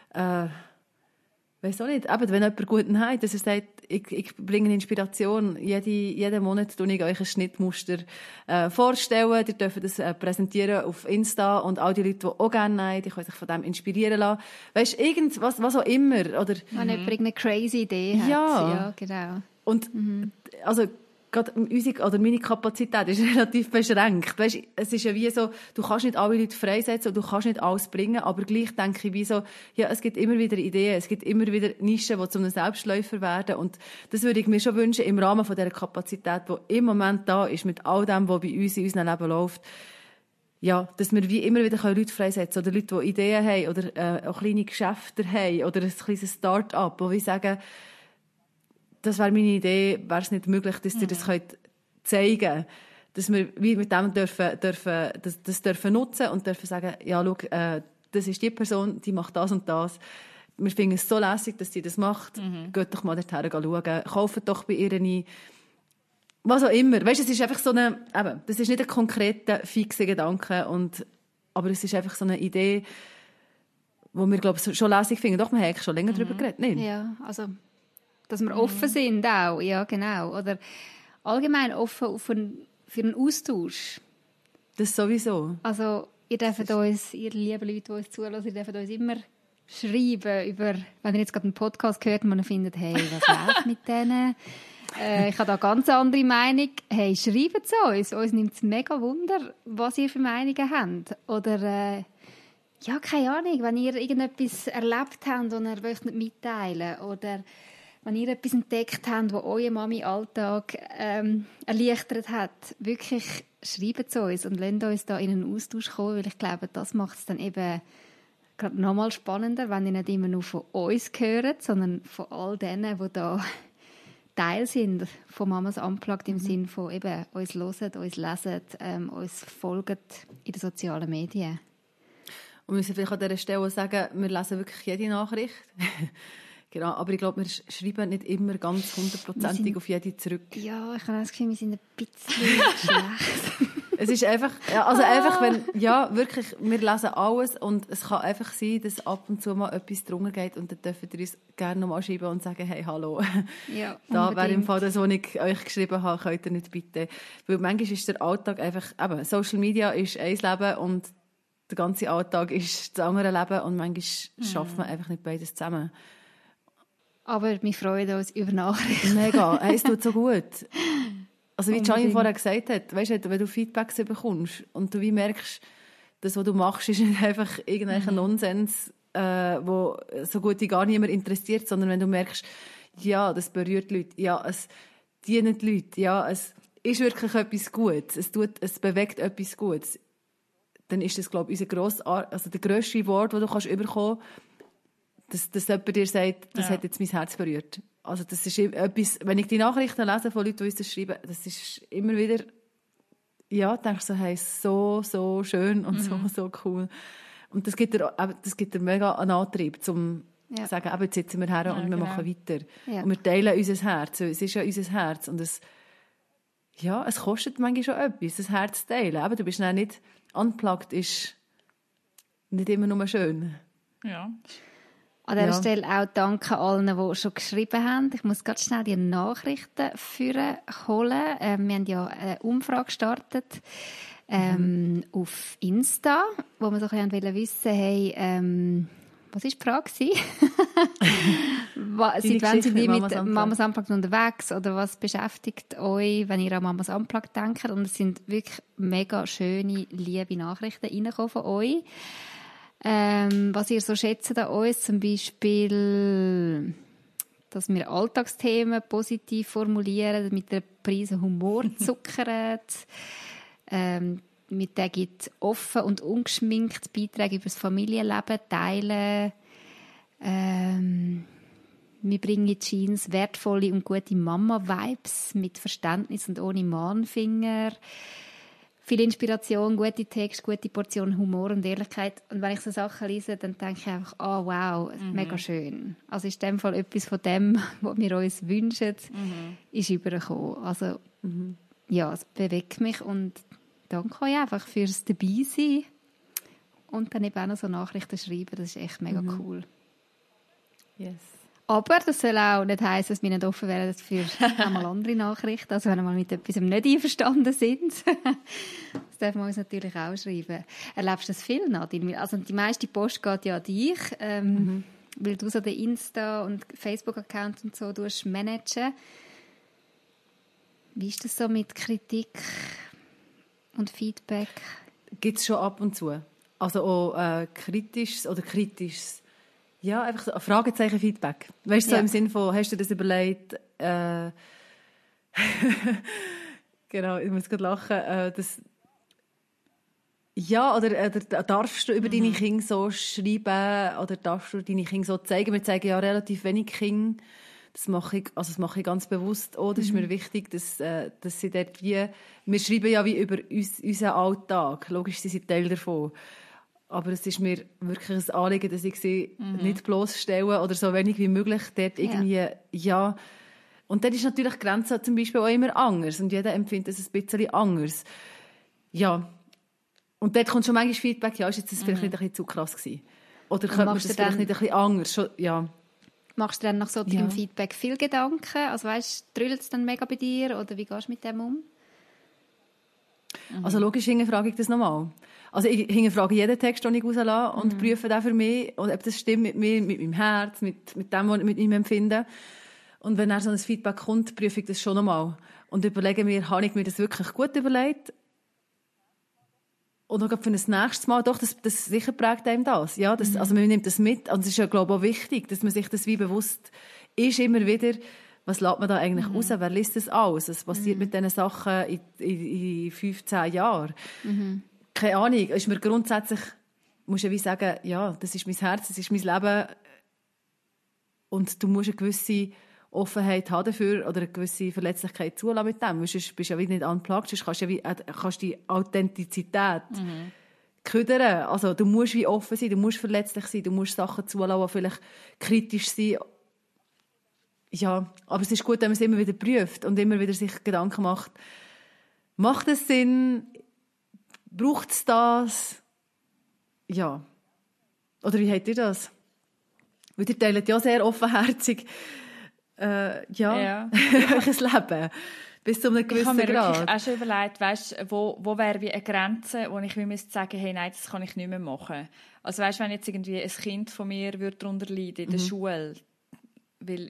B: weiss auch nicht, eben, wenn jemand guten hat, dass er sagt, ich bringe eine Inspiration, jeden Monat tue ich euch ein Schnittmuster vorstellen, ihr dürft das präsentieren auf Insta und all die Leute, die auch gerne haben, die können sich von dem inspirieren lassen. Weisst, irgendwas, was auch immer. Oder,
A: wenn jemand eine crazy Idee hat. Ja, genau.
B: Und also gerade unsere oder meine Kapazität ist relativ beschränkt. Weißt, es ist ja wie so, du kannst nicht alle Leute freisetzen und du kannst nicht alles bringen, aber gleich denke ich wie so, ja, es gibt immer wieder Ideen, es gibt immer wieder Nischen, die zu einem Selbstläufer werden und das würde ich mir schon wünschen im Rahmen von dieser Kapazität, die im Moment da ist, mit all dem, was bei uns in unserem Leben läuft, ja, dass wir wie immer wieder Leute freisetzen können oder Leute, die Ideen haben oder auch kleine Geschäfte haben oder ein kleines Start-up, wo wir sagen, das wäre meine Idee, wäre es nicht möglich, dass ihr das könnt zeigen, dass wir wie mit dem das dürfen nutzen und dürfen sagen, ja, schau, das ist die Person, die macht das und das. Wir finden es so lässig, dass sie das macht. Geht doch mal dorthin schauen. Kauft doch bei ihr ein. Was auch immer. Weißt, es ist einfach so eine, eben, das ist nicht ein konkreter, fixer Gedanke, aber es ist einfach so eine Idee, wo wir, glaube ich, schon lässig finden. Doch, wir haben schon länger darüber geredet, nicht?
A: Ja, also dass wir offen sind auch, ja genau. Oder allgemein offen für einen Austausch.
B: Das sowieso.
A: Also ihr lieben Leute, die uns zuhören, ihr dürft uns immer schreiben über, wenn ihr jetzt gerade einen Podcast hört und man findet, hey, was läuft mit denen? Ich habe da ganz andere Meinung. Hey, schreibt es uns. Uns nimmt es mega Wunder, was ihr für Meinungen habt. Oder, ja, keine Ahnung, wenn ihr irgendetwas erlebt habt und ihr wollt nicht mitteilen. Oder wenn ihr etwas entdeckt habt, das euer Mami-Alltag erleichtert hat. Wirklich, schreibt es uns und lasst uns da in einen Austausch kommen, weil ich glaube, das macht es dann eben gerade noch mal spannender, wenn ihr nicht immer nur von uns hört, sondern von all denen, die da Teil sind von Mamas Unplugged im Sinn von eben uns hören, uns lesen, uns folgen in den sozialen Medien.
B: Und wir müssen vielleicht an dieser Stelle sagen, wir lesen wirklich jede Nachricht. Genau, aber ich glaube, wir schreiben nicht immer ganz 100%ig auf jede zurück.
A: Ja, ich habe das Gefühl, wir sind ein bisschen schlecht.
B: Es ist einfach, einfach, wenn, ja, wirklich, wir lesen alles und es kann einfach sein, dass ab und zu mal etwas drunter geht und dann dürft ihr uns gerne nochmal schreiben und sagen, hey, hallo.
A: Ja,
B: da wäre im Fall das, was ich euch geschrieben habe, könnt ihr nicht bitte. Weil manchmal ist der Alltag einfach, eben, Social Media ist ein Leben und der ganze Alltag ist das andere Leben und manchmal schafft man einfach nicht beides zusammen.
A: Aber wir freuen uns über Nachrichten.
B: Mega, es tut so gut. Also wie Janine vorher gesagt hat, weißt du, wenn du Feedbacks bekommst und du wie merkst, das, was du machst, ist nicht einfach irgendwelcher Nonsens, wo so gut wie gar niemand interessiert, sondern wenn du merkst, ja, das berührt die Leute, ja, es dient die Leute, ja, es ist wirklich etwas Gutes, es bewegt etwas Gutes, dann ist das, glaube ich, der grösste Wort, den du bekommen kannst, dass jemand dir sagt, das hat jetzt mein Herz berührt. Also das ist etwas, wenn ich die Nachrichten lese von Leuten, die uns das schreiben, das ist immer wieder, ja, denkst du, hey, so schön und so cool. Und das gibt dir mega einen Antrieb, um zu sagen, jetzt sitzen wir her und wir machen weiter. Ja. Und wir teilen unser Herz. Es ist ja unser Herz. Und es kostet manchmal schon etwas, das Herz zu teilen. Aber du bist nicht unplugged, ist nicht immer nur schön.
C: Ja.
A: An dieser Stelle auch danke allen, die schon geschrieben haben. Ich muss ganz schnell die Nachrichten holen. Wir haben ja eine Umfrage gestartet auf Insta, wo wir so ein bisschen wissen wollten, was war die Frage? Seit wann sind ihr mit Mamas Unplugged unterwegs? Oder was beschäftigt euch, wenn ihr an Mamas Unplugged denkt? Und es sind wirklich mega schöne, liebe Nachrichten reingekommen von euch. Was ihr so schätzt an uns, zum Beispiel, dass wir Alltagsthemen positiv formulieren, mit der Prise Humor zuckern. Wir teilen offen und ungeschminkt Beiträge über das Familienleben teilen. Wir bringen in Jeans wertvolle und gute Mama-Vibes mit Verständnis und ohne Mahnfinger. Viel Inspiration, gute Texte, gute Portion Humor und Ehrlichkeit. Und wenn ich so Sachen lese, dann denke ich einfach, wow, mega schön. Also ist in dem Fall etwas von dem, was wir uns wünschen, ist übergekommen. Also, ja, es bewegt mich und danke euch einfach fürs Dabeisein. Und dann eben auch noch so Nachrichten schreiben, das ist echt mega cool.
B: Yes.
A: Aber das soll auch nicht heissen, dass wir nicht offen wären für einmal andere Nachrichten. Also wenn wir mal mit etwas nicht einverstanden sind, das dürfen wir uns natürlich auch schreiben. Erlebst du das viel, Nadine? Also die meiste Post geht ja an dich, weil du so den Insta- und Facebook-Account und so managen. Wie ist das so mit Kritik und Feedback?
B: Gibt es schon ab und zu. Also auch kritisches. Ja, einfach so ein Fragezeichen-Feedback. Weißt du, so im Sinne von, hast du das überlegt? Genau, ich muss gerade lachen. Oder darfst du über deine Kinder so schreiben? Oder darfst du deine Kinder so zeigen? Wir zeigen ja relativ wenig Kinder. Das mache ich ganz bewusst auch. Das ist mir wichtig, dass sie dort wir schreiben ja wie über unseren Alltag. Logisch, sie sind Teil davon. Aber es ist mir wirklich ein Anliegen, dass ich sie nicht bloßstelle oder so wenig wie möglich dort irgendwie, Und dann ist natürlich die Grenze zum Beispiel auch immer anders. Und jeder empfindet es ein bisschen anders. Ja. Und dort kommt schon manchmal Feedback, ist jetzt das vielleicht nicht ein bisschen zu krass gewesen? Oder könnte man das vielleicht nicht ein bisschen anders? Ja.
A: Machst du dann nach solchem Feedback viel Gedanken? Also weißt, drüllt es dann mega bei dir? Oder wie gehst du mit dem um?
B: Also logisch hinterfrage ich das nochmal. Also ich hinterfrage jeden Text, den ich rauslasse und prüfe den für mich, und ob das stimmt mit mir, mit meinem Herz, mit dem, was ich mit meinem Empfinden. Und wenn dann so ein Feedback kommt, prüfe ich das schon nochmal. Und überlege mir, habe ich mir das wirklich gut überlegt? Und auch für das nächste Mal, doch, das sicher prägt einem das. Ja, das, also man nimmt das mit. Und es ist ja, glaube ich, auch wichtig, dass man sich das wie bewusst ist, immer wieder, was lässt man da eigentlich raus? Wer liest das alles? Was passiert mit diesen Sachen in 15 Jahren? Keine Ahnung. Ist mir grundsätzlich, muss ja wie sagen, ja, das ist mein Herz, das ist mein Leben. Und du musst eine gewisse Offenheit haben dafür oder eine gewisse Verletzlichkeit zulassen mit dem. Sonst bist du ja wie nicht unplugged, sonst kannst du die Authentizität ködern. Also du musst wie offen sein, du musst verletzlich sein, du musst Sachen zulassen, die vielleicht kritisch sind. Ja, aber es ist gut, wenn man es immer wieder prüft und immer wieder sich Gedanken macht. Macht es Sinn? Braucht es das? Ja. Oder wie habt ihr das? Weil ihr teilt ja sehr offenherzig euer Leben. Bis zu einem gewissen Grad.
C: Ich habe mir wirklich auch schon überlegt, weißt, wo wäre wie eine Grenze, wo ich müsste sagen, hey, nein, das kann ich nicht mehr machen. Also weißt, wenn jetzt irgendwie ein Kind von mir würde darunter leiden in der Schule, weil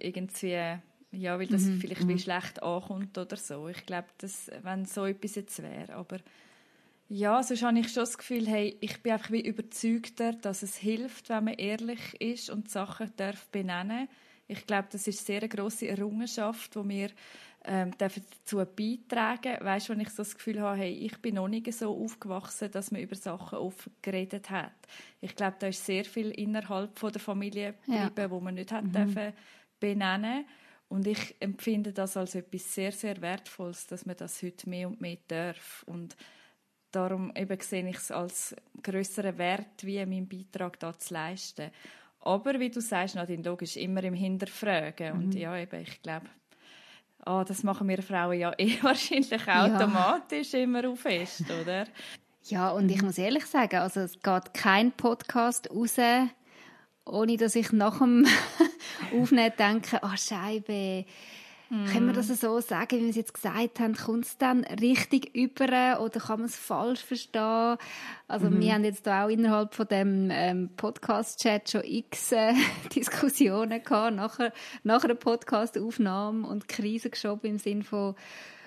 C: das vielleicht wie schlecht ankommt oder so. Ich glaube, wenn so etwas jetzt wäre. Aber ja, sonst habe ich schon das Gefühl, hey, ich bin einfach wie überzeugter, dass es hilft, wenn man ehrlich ist und die Sachen benennen darf. Ich glaube, das ist eine sehr grosse Errungenschaft, die wir dazu beitragen. Weißt du, wenn ich so das Gefühl habe, hey, ich bin noch nicht so aufgewachsen, dass man über Sachen offen geredet hat. Ich glaube, da ist sehr viel innerhalb von der Familie geblieben, wo man nicht hat dürfen benennen. Und ich empfinde das als etwas sehr, sehr Wertvolles, dass man das heute mehr und mehr darf. Und darum eben sehe ich es als grösseren Wert, wie meinen Beitrag da zu leisten. Aber wie du sagst, Nadine, logisch, immer im Hinterfragen. Und ja, eben, ich glaube, das machen wir Frauen ja wahrscheinlich automatisch immer auf fest, oder?
A: Ja, und ich muss ehrlich sagen, also es geht kein Podcast raus, ohne dass ich nach dem Aufnehmen denke, Scheibe, können wir das so sagen, wie wir es jetzt gesagt haben? Kommt es dann richtig über oder kann man es falsch verstehen? Also wir haben jetzt auch innerhalb von dem Podcast-Chat schon x Diskussionen gehabt, nach einer Podcast-Aufnahme und Krise geschoben im Sinne von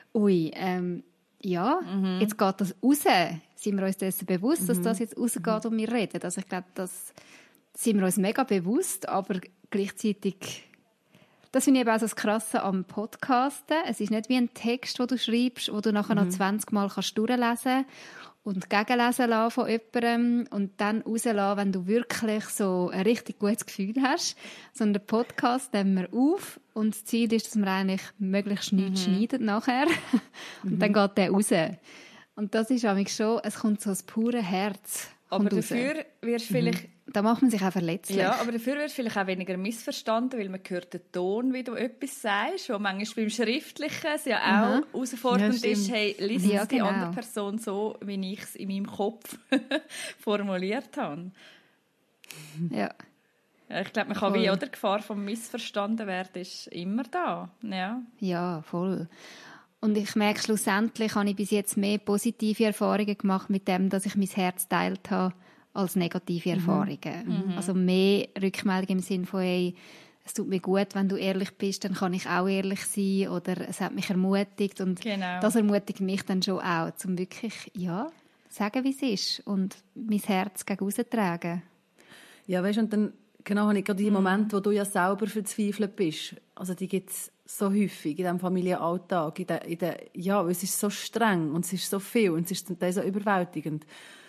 A: jetzt geht das raus. Sind wir uns dessen bewusst, dass das jetzt rausgeht und wir reden? Also ich glaube, das sind wir uns mega bewusst, aber gleichzeitig, das finde ich eben auch so das Krasse am Podcasten. Es ist nicht wie ein Text, den du schreibst, wo du nachher noch 20 Mal durchlesen kannst und gegenlesen lassen von jemandem und dann rauslassen, wenn du wirklich so ein richtig gutes Gefühl hast. Sondern den Podcast nehmen wir auf und das Ziel ist, dass wir eigentlich möglichst nichts schneiden nachher. Und dann geht der raus. Und das ist eigentlich schon, es kommt so das pure Herz.
C: Aber dafür wirst du vielleicht...
A: Da macht man sich auch verletzlich.
C: Ja, aber dafür wird vielleicht auch weniger missverstanden, weil man hört den Ton, wie du etwas sagst, wo manchmal beim Schriftlichen es ja auch herausfordernd ist, hey, liest die andere Person so, wie ich es in meinem Kopf formuliert habe.
A: Ja.
C: Ja, ich glaube, man kann wie, oder, die Gefahr vom Missverstanden werden ist immer da.
A: Ja, voll. Und ich merke, schlussendlich habe ich bis jetzt mehr positive Erfahrungen gemacht mit dem, dass ich mein Herz geteilt habe, als negative Erfahrungen. Also mehr Rückmeldungen im Sinne von, hey, es tut mir gut, wenn du ehrlich bist, dann kann ich auch ehrlich sein oder es hat mich ermutigt und das ermutigt mich dann schon auch, um wirklich, sagen, wie es ist und mein Herz gegen rauszutragen.
B: Ja, weißt du, und dann genau habe ich gerade die Momente, wo du ja selber verzweifelt bist. Also die gibt es so häufig in diesem Familienalltag. Es ist so streng und es ist so viel und es ist zum Teil so überwältigend.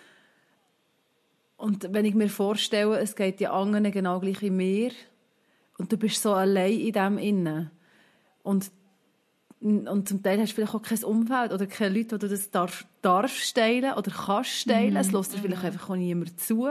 B: Und wenn ich mir vorstelle, es geht den anderen genau gleich wie mir und du bist so allein in dem Innen und zum Teil hast du vielleicht auch kein Umfeld oder keine Leute, die du das darfst teilen oder kannst teilen. Es lässt dir vielleicht einfach auch niemand zu.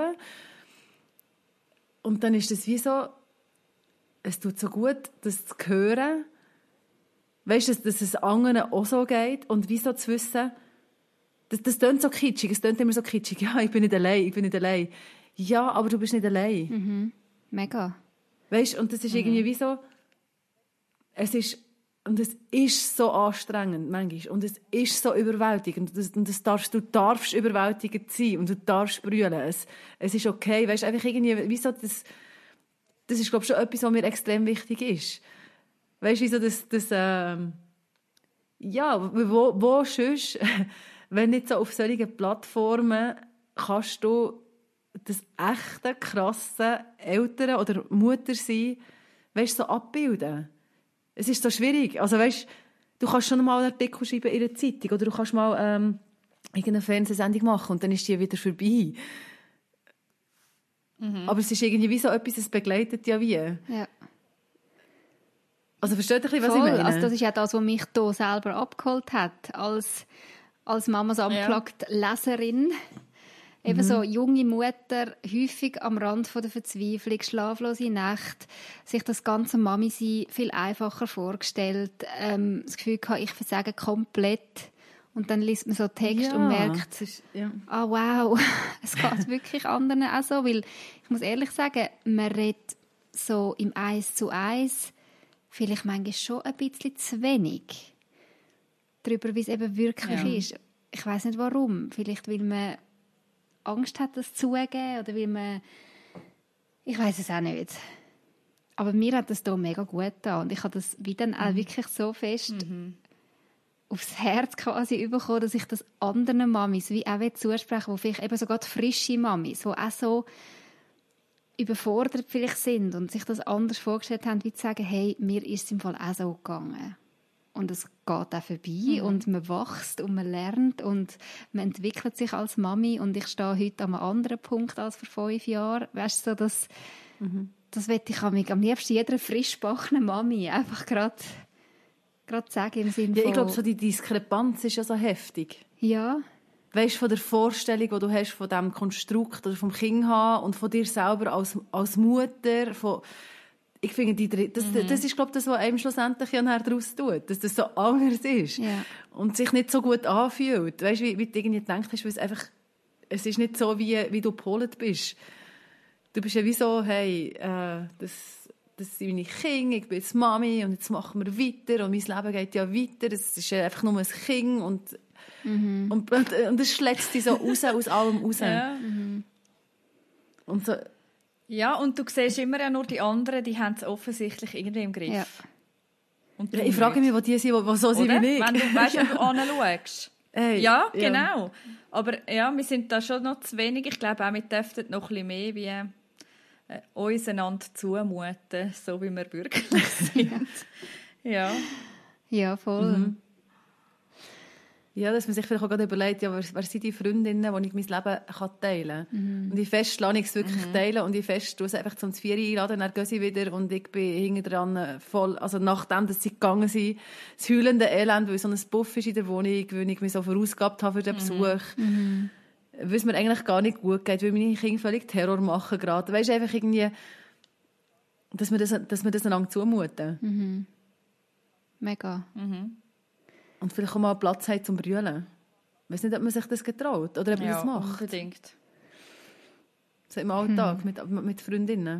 B: Und dann ist es wie so, es tut so gut, das zu hören. Weißt du, dass es anderen auch so geht und wie so zu wissen, das klingt so kitschig, es klingt immer so kitschig. Ja, ich bin nicht allein. Ja, aber du bist nicht allein.
A: Mega.
B: Weißt du, und das ist irgendwie wie so, es ist Und es ist so anstrengend manchmal. Und es ist so überwältigend. Und du darfst überwältigend sein. Und du darfst brüllen. Es ist okay. Weißt, einfach irgendwie, wieso das ist, glaube ich, schon etwas, was mir extrem wichtig ist. Weißt du, wieso wo sonst, wenn nicht so auf solchen Plattformen, kannst du das echte, krasse Eltern oder Mutter sein, weißt, so abbilden. Es ist so schwierig. Also, weißt, du kannst schon mal einen Artikel schreiben in einer Zeitung oder du kannst mal irgendeine Fernsehsendung machen und dann ist die wieder vorbei. Aber es ist irgendwie wie so etwas, es begleitet ja wie.
A: Ja.
B: Also versteht ihr, was ich meine?
A: Also das ist ja das, was mich hier selber abgeholt hat, als Mamas Unplugged-Leserin. Eben so junge Mutter, häufig am Rand von der Verzweiflung, schlaflose Nächte, sich das ganze Mami-Sein viel einfacher vorgestellt, das Gefühl gehabt, ich versage komplett. Und dann liest man so Text und merkt, wow, es geht wirklich anderen auch so. Weil ich muss ehrlich sagen, man redet so im 1:1 vielleicht manchmal schon ein bisschen zu wenig darüber, wie es eben wirklich ist. Ich weiss nicht warum. Vielleicht, weil man Angst hat, das zuzugeben oder weil man... Ich weiss es auch nicht. Aber mir hat das hier mega gut getan. Und ich habe das wie dann auch wirklich so fest aufs Herz quasi bekommen, dass ich das anderen Mamis wie auch zusprechen will, die vielleicht eben sogar die frische Mamis, die auch so überfordert vielleicht sind und sich das anders vorgestellt haben, wie zu sagen, hey, mir ist es im Fall auch so gegangen. Und es geht auch vorbei und man wächst und man lernt und man entwickelt sich als Mami und ich stehe heute an einem anderen Punkt als vor 5 Jahren. Weißt du, so das möchte ich am liebsten jeder frischgebackenen Mami einfach gerade sagen im Sinne von...
B: Ich glaube, so die Diskrepanz ist ja so heftig.
A: Ja.
B: Weißt du, von der Vorstellung, die du hast von diesem Konstrukt oder vom Kind haben und von dir selber als Mutter, ich finde, das ist, glaube ich, das, was einem schlussendlich daraus tut, dass das so anders ist und sich nicht so gut anfühlt. Weißt du, wie du irgendwie gedacht hast, weil es ist nicht so, wie du gepolt bist. Du bist ja wie so, hey, das sind meine Kinder, ich bin jetzt Mami und jetzt machen wir weiter und mein Leben geht ja weiter, es ist einfach nur ein Kind und es schlägt dich so raus, aus allem raus.
C: Ja.
B: Und so...
C: Ja, und du siehst immer ja nur die anderen, die haben es offensichtlich irgendwie im Griff.
A: Ja.
C: Und
B: ich frage mich, wo die sind, die so sind wie ich.
C: Wenn du weißt, wenn du anschaust.
B: Hey,
C: ja, genau. Aber ja, wir sind da schon noch zu wenig. Ich glaube auch, wir dürften noch ein bisschen mehr wie uns einander zumuten, so wie wir wirklich sind.
A: Ja, voll.
B: Ja, dass man sich vielleicht auch gerade überlegt, ja, wer sind die Freundinnen, die ich mein Leben teilen kann. Und ich fest lasse ich es wirklich teilen und ich fest tue es einfach zum 4 einladen, dann gehen sie wieder und ich bin hinten dran voll, also nachdem, dass sie gegangen sind, das heulende Elend, weil so ein Buff ist in der Wohnung, weil ich mich so vorausgehabt habe für den Besuch, weil es mir eigentlich gar nicht gut geht, weil meine Kinder völlig Terror machen gerade. Weißt du, einfach irgendwie, dass wir das einander zumuten.
A: Mega.
B: Und vielleicht auch mal Platz haben zum Brüllen. Ich weiss nicht, ob man sich das getraut oder ob man das macht.
C: Unbedingt.
B: So im Alltag mit Freundinnen.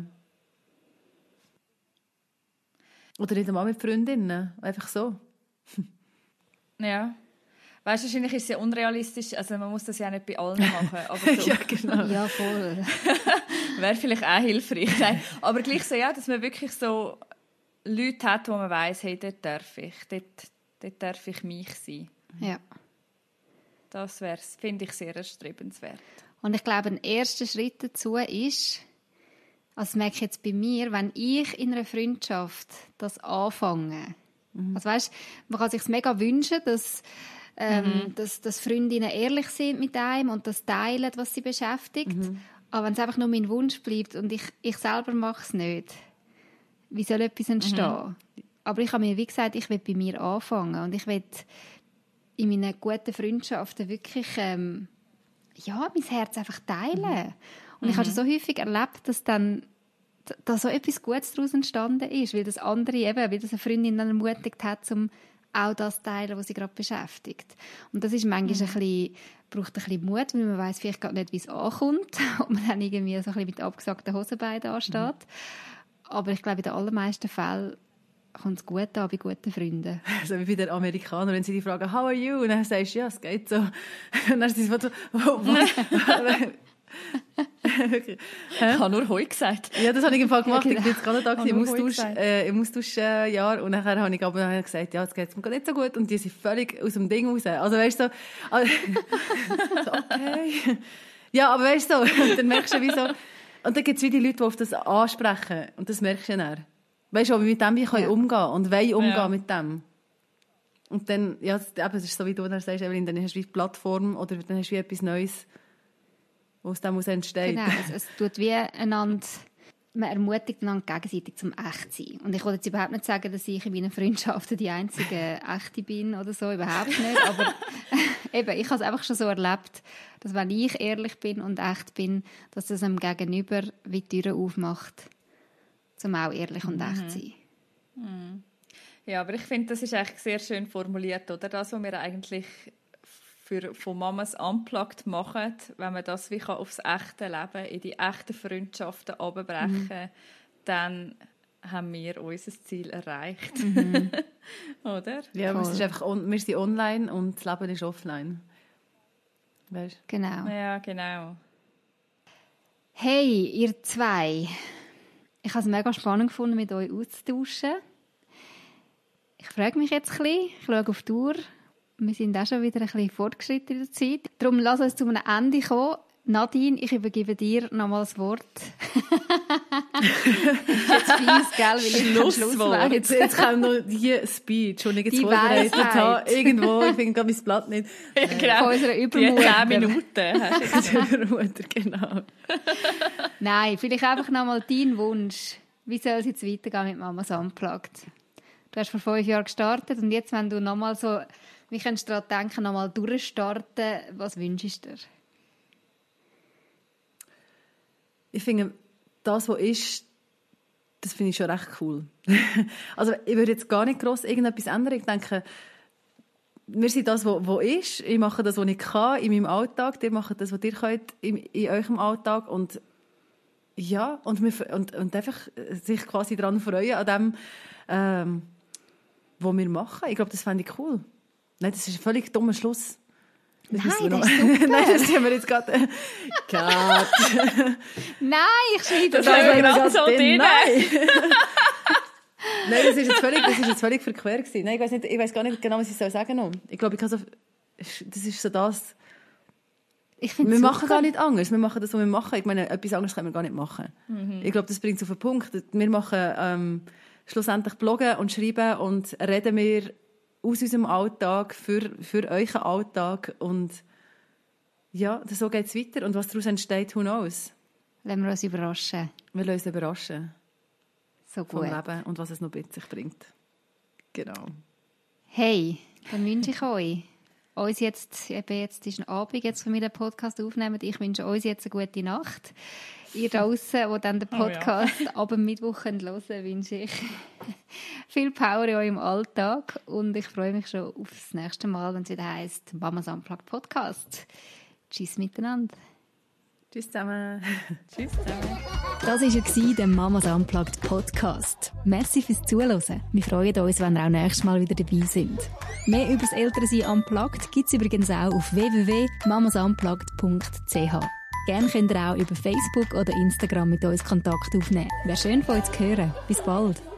B: Oder nicht einmal mit Freundinnen. Einfach so.
C: Ja. Weißt du, wahrscheinlich ist es ja unrealistisch. Also man muss das ja nicht bei allen machen. Aber so.
B: Ja, genau.
A: Ja, voll.
C: Wäre vielleicht auch hilfreich. Nein. Aber gleich so, ja, dass man wirklich so Leute hat, wo man weiss, hey, dort darf ich mich sein.
A: Ja.
C: Das finde ich sehr erstrebenswert.
A: Und ich glaube, ein erster Schritt dazu ist, also das merke ich jetzt bei mir, wenn ich in einer Freundschaft das anfange. Also weißt, man kann sich mega wünschen, dass Freundinnen ehrlich sind mit einem und das teilen, was sie beschäftigt. Aber wenn es einfach nur mein Wunsch bleibt und ich selber mache es nicht, wie soll etwas entstehen? Aber ich habe mir, wie gesagt, ich will bei mir anfangen und ich will in meinen guten Freundschaften wirklich mein Herz einfach teilen. Und ich habe schon so häufig erlebt, dass dann da so etwas Gutes daraus entstanden ist, weil das andere eben, weil das eine Freundin dann ermutigt hat, um auch das zu teilen, was sie gerade beschäftigt. Und das ist manchmal braucht ein bisschen Mut, weil man weiss vielleicht gar nicht, wie es ankommt und man dann irgendwie so ein bisschen mit abgesagten Hosenbeinen dasteht. Aber ich glaube, in den allermeisten Fällen kommt es gut an bei guten Freunden.
B: So wie bei den Amerikanern, wenn sie die fragen, how are you? Und dann sagst du, ja, es geht so. Und dann sind sie so, oh, was?
C: Ich habe nur «Hoi» gesagt.
B: Ja, das habe ich im Fall gemacht.
A: Ja, genau.
B: Ich bin jetzt gerade da im Austauschjahr. Und nachher habe ich aber gesagt, ja, es geht mir nicht so gut. Und die sind völlig aus dem Ding raus. Also weißt du, so, okay. Ja, aber weißt du, dann merkst du, wieso. Und dann gibt es wieder Leute, die auf das ansprechen. Und das merkst du dann. Weißt du, wie mit dem ich umgehen kann und wollen umgehen mit dem. Und dann, ja, es ist so, wie du dann sagst, Evelyn, dann hast du wie eine Plattform oder dann hast du wie etwas Neues, was aus dem entsteht.
A: Genau, es tut wie einander, man ermutigt einander gegenseitig zum Echt-Sein. Und ich will jetzt überhaupt nicht sagen, dass ich in meinen Freundschaften die einzige Echte bin oder so, überhaupt nicht. Aber eben, ich habe es einfach schon so erlebt, dass wenn ich ehrlich bin und echt bin, dass das einem Gegenüber wie die Türen aufmacht, zum auch ehrlich und echt zu sein.
C: Ja, aber ich finde, das ist eigentlich sehr schön formuliert, oder? Das, was wir eigentlich von Mamas Unplugged machen, wenn man das wie aufs echte Leben, in die echten Freundschaften runterbrechen, dann haben wir unser Ziel erreicht. Oder?
B: Ja, aber es ist einfach, wir sind online und das Leben ist offline. Weißt du?
A: Genau.
C: Ja, genau.
A: Hey, ihr zwei. Ich habe es mega spannend gefunden, mit euch auszutauschen. Ich frage mich jetzt ein bisschen, ich schaue auf die Uhr. Wir sind auch schon wieder ein bisschen fortgeschritten in der Zeit. Darum lass uns zu einem Ende kommen. Nadine, ich übergebe dir nochmal das Wort. Jetzt fies, gell, weil ich am Schluss wäre.
B: Jetzt kommt noch die Speech, die ich jetzt vorbereitet habe. Irgendwo, ich finde gerade mein Blatt nicht.
C: Genau.
A: Von unserer Übermutter.
C: 10 Minuten hast du
B: Übermutter, genau.
A: Nein, vielleicht einfach nochmal dein Wunsch. Wie soll es jetzt weitergehen mit Mamas Unplugged? Du hast vor 5 Jahren gestartet und jetzt, wenn du nochmal so, wie kannst du daran denken, nochmal durchstarten, was wünschst du dir?
B: Ich finde, das, was ist, das finde ich schon recht cool. Also ich würde jetzt gar nicht gross irgendetwas ändern. Ich denke, wir sind das, was ist. Ich mache das, was ich kann in meinem Alltag. Ihr macht das, was ihr könnt in eurem Alltag. Und ja, und einfach sich quasi daran freuen, an dem, was wir machen. Ich glaube, das fände ich cool. Nein, das ist ein völlig dummer Schluss.
A: Nein, das ist super.
B: Nein, das haben wir jetzt gerade...
A: Nein, ich schreibe
C: das. Das haben wir gerade so drin.
B: Nein, das ist jetzt völlig verquer gewesen. Nein, ich weiss gar nicht genau, was ich sagen soll. Ich glaube, das ist so das... Wir machen gar nicht anders. Wir machen das, was wir machen. Ich meine, etwas anderes können wir gar nicht machen. Ich glaube, das bringt es auf den Punkt. Wir machen schlussendlich bloggen und schreiben und reden wir aus unserem Alltag für euren Alltag. Und ja, so geht es weiter. Und was daraus entsteht, who knows?
A: Lassen wir uns überraschen.
B: Wir lassen uns überraschen.
A: So gut.
B: Vom Leben und was es noch mit sich bringt. Genau.
A: Hey, dann wünsche ich euch jetzt ist ein Abend, jetzt, wenn wir den Podcast aufnehmen. Ich wünsche uns jetzt eine gute Nacht. Ihr da draussen, die dann den Podcast ab dem Mittwoch hören können, wünsche ich viel Power in eurem Alltag. Und ich freue mich schon auf das nächste Mal, wenn es wieder heisst Mamas Unplugged Podcast. Tschüss miteinander.
B: Tschüss zusammen.
C: Tschüss zusammen.
A: Das war der Mamas Unplugged Podcast. Merci fürs Zuhören. Wir freuen uns, wenn ihr auch nächstes Mal wieder dabei sind. Mehr über das Elternsein Unplugged gibt es übrigens auch auf www.mamasunplugged.ch. Gerne könnt ihr auch über Facebook oder Instagram mit uns Kontakt aufnehmen. Wäre schön von euch zu hören. Bis bald.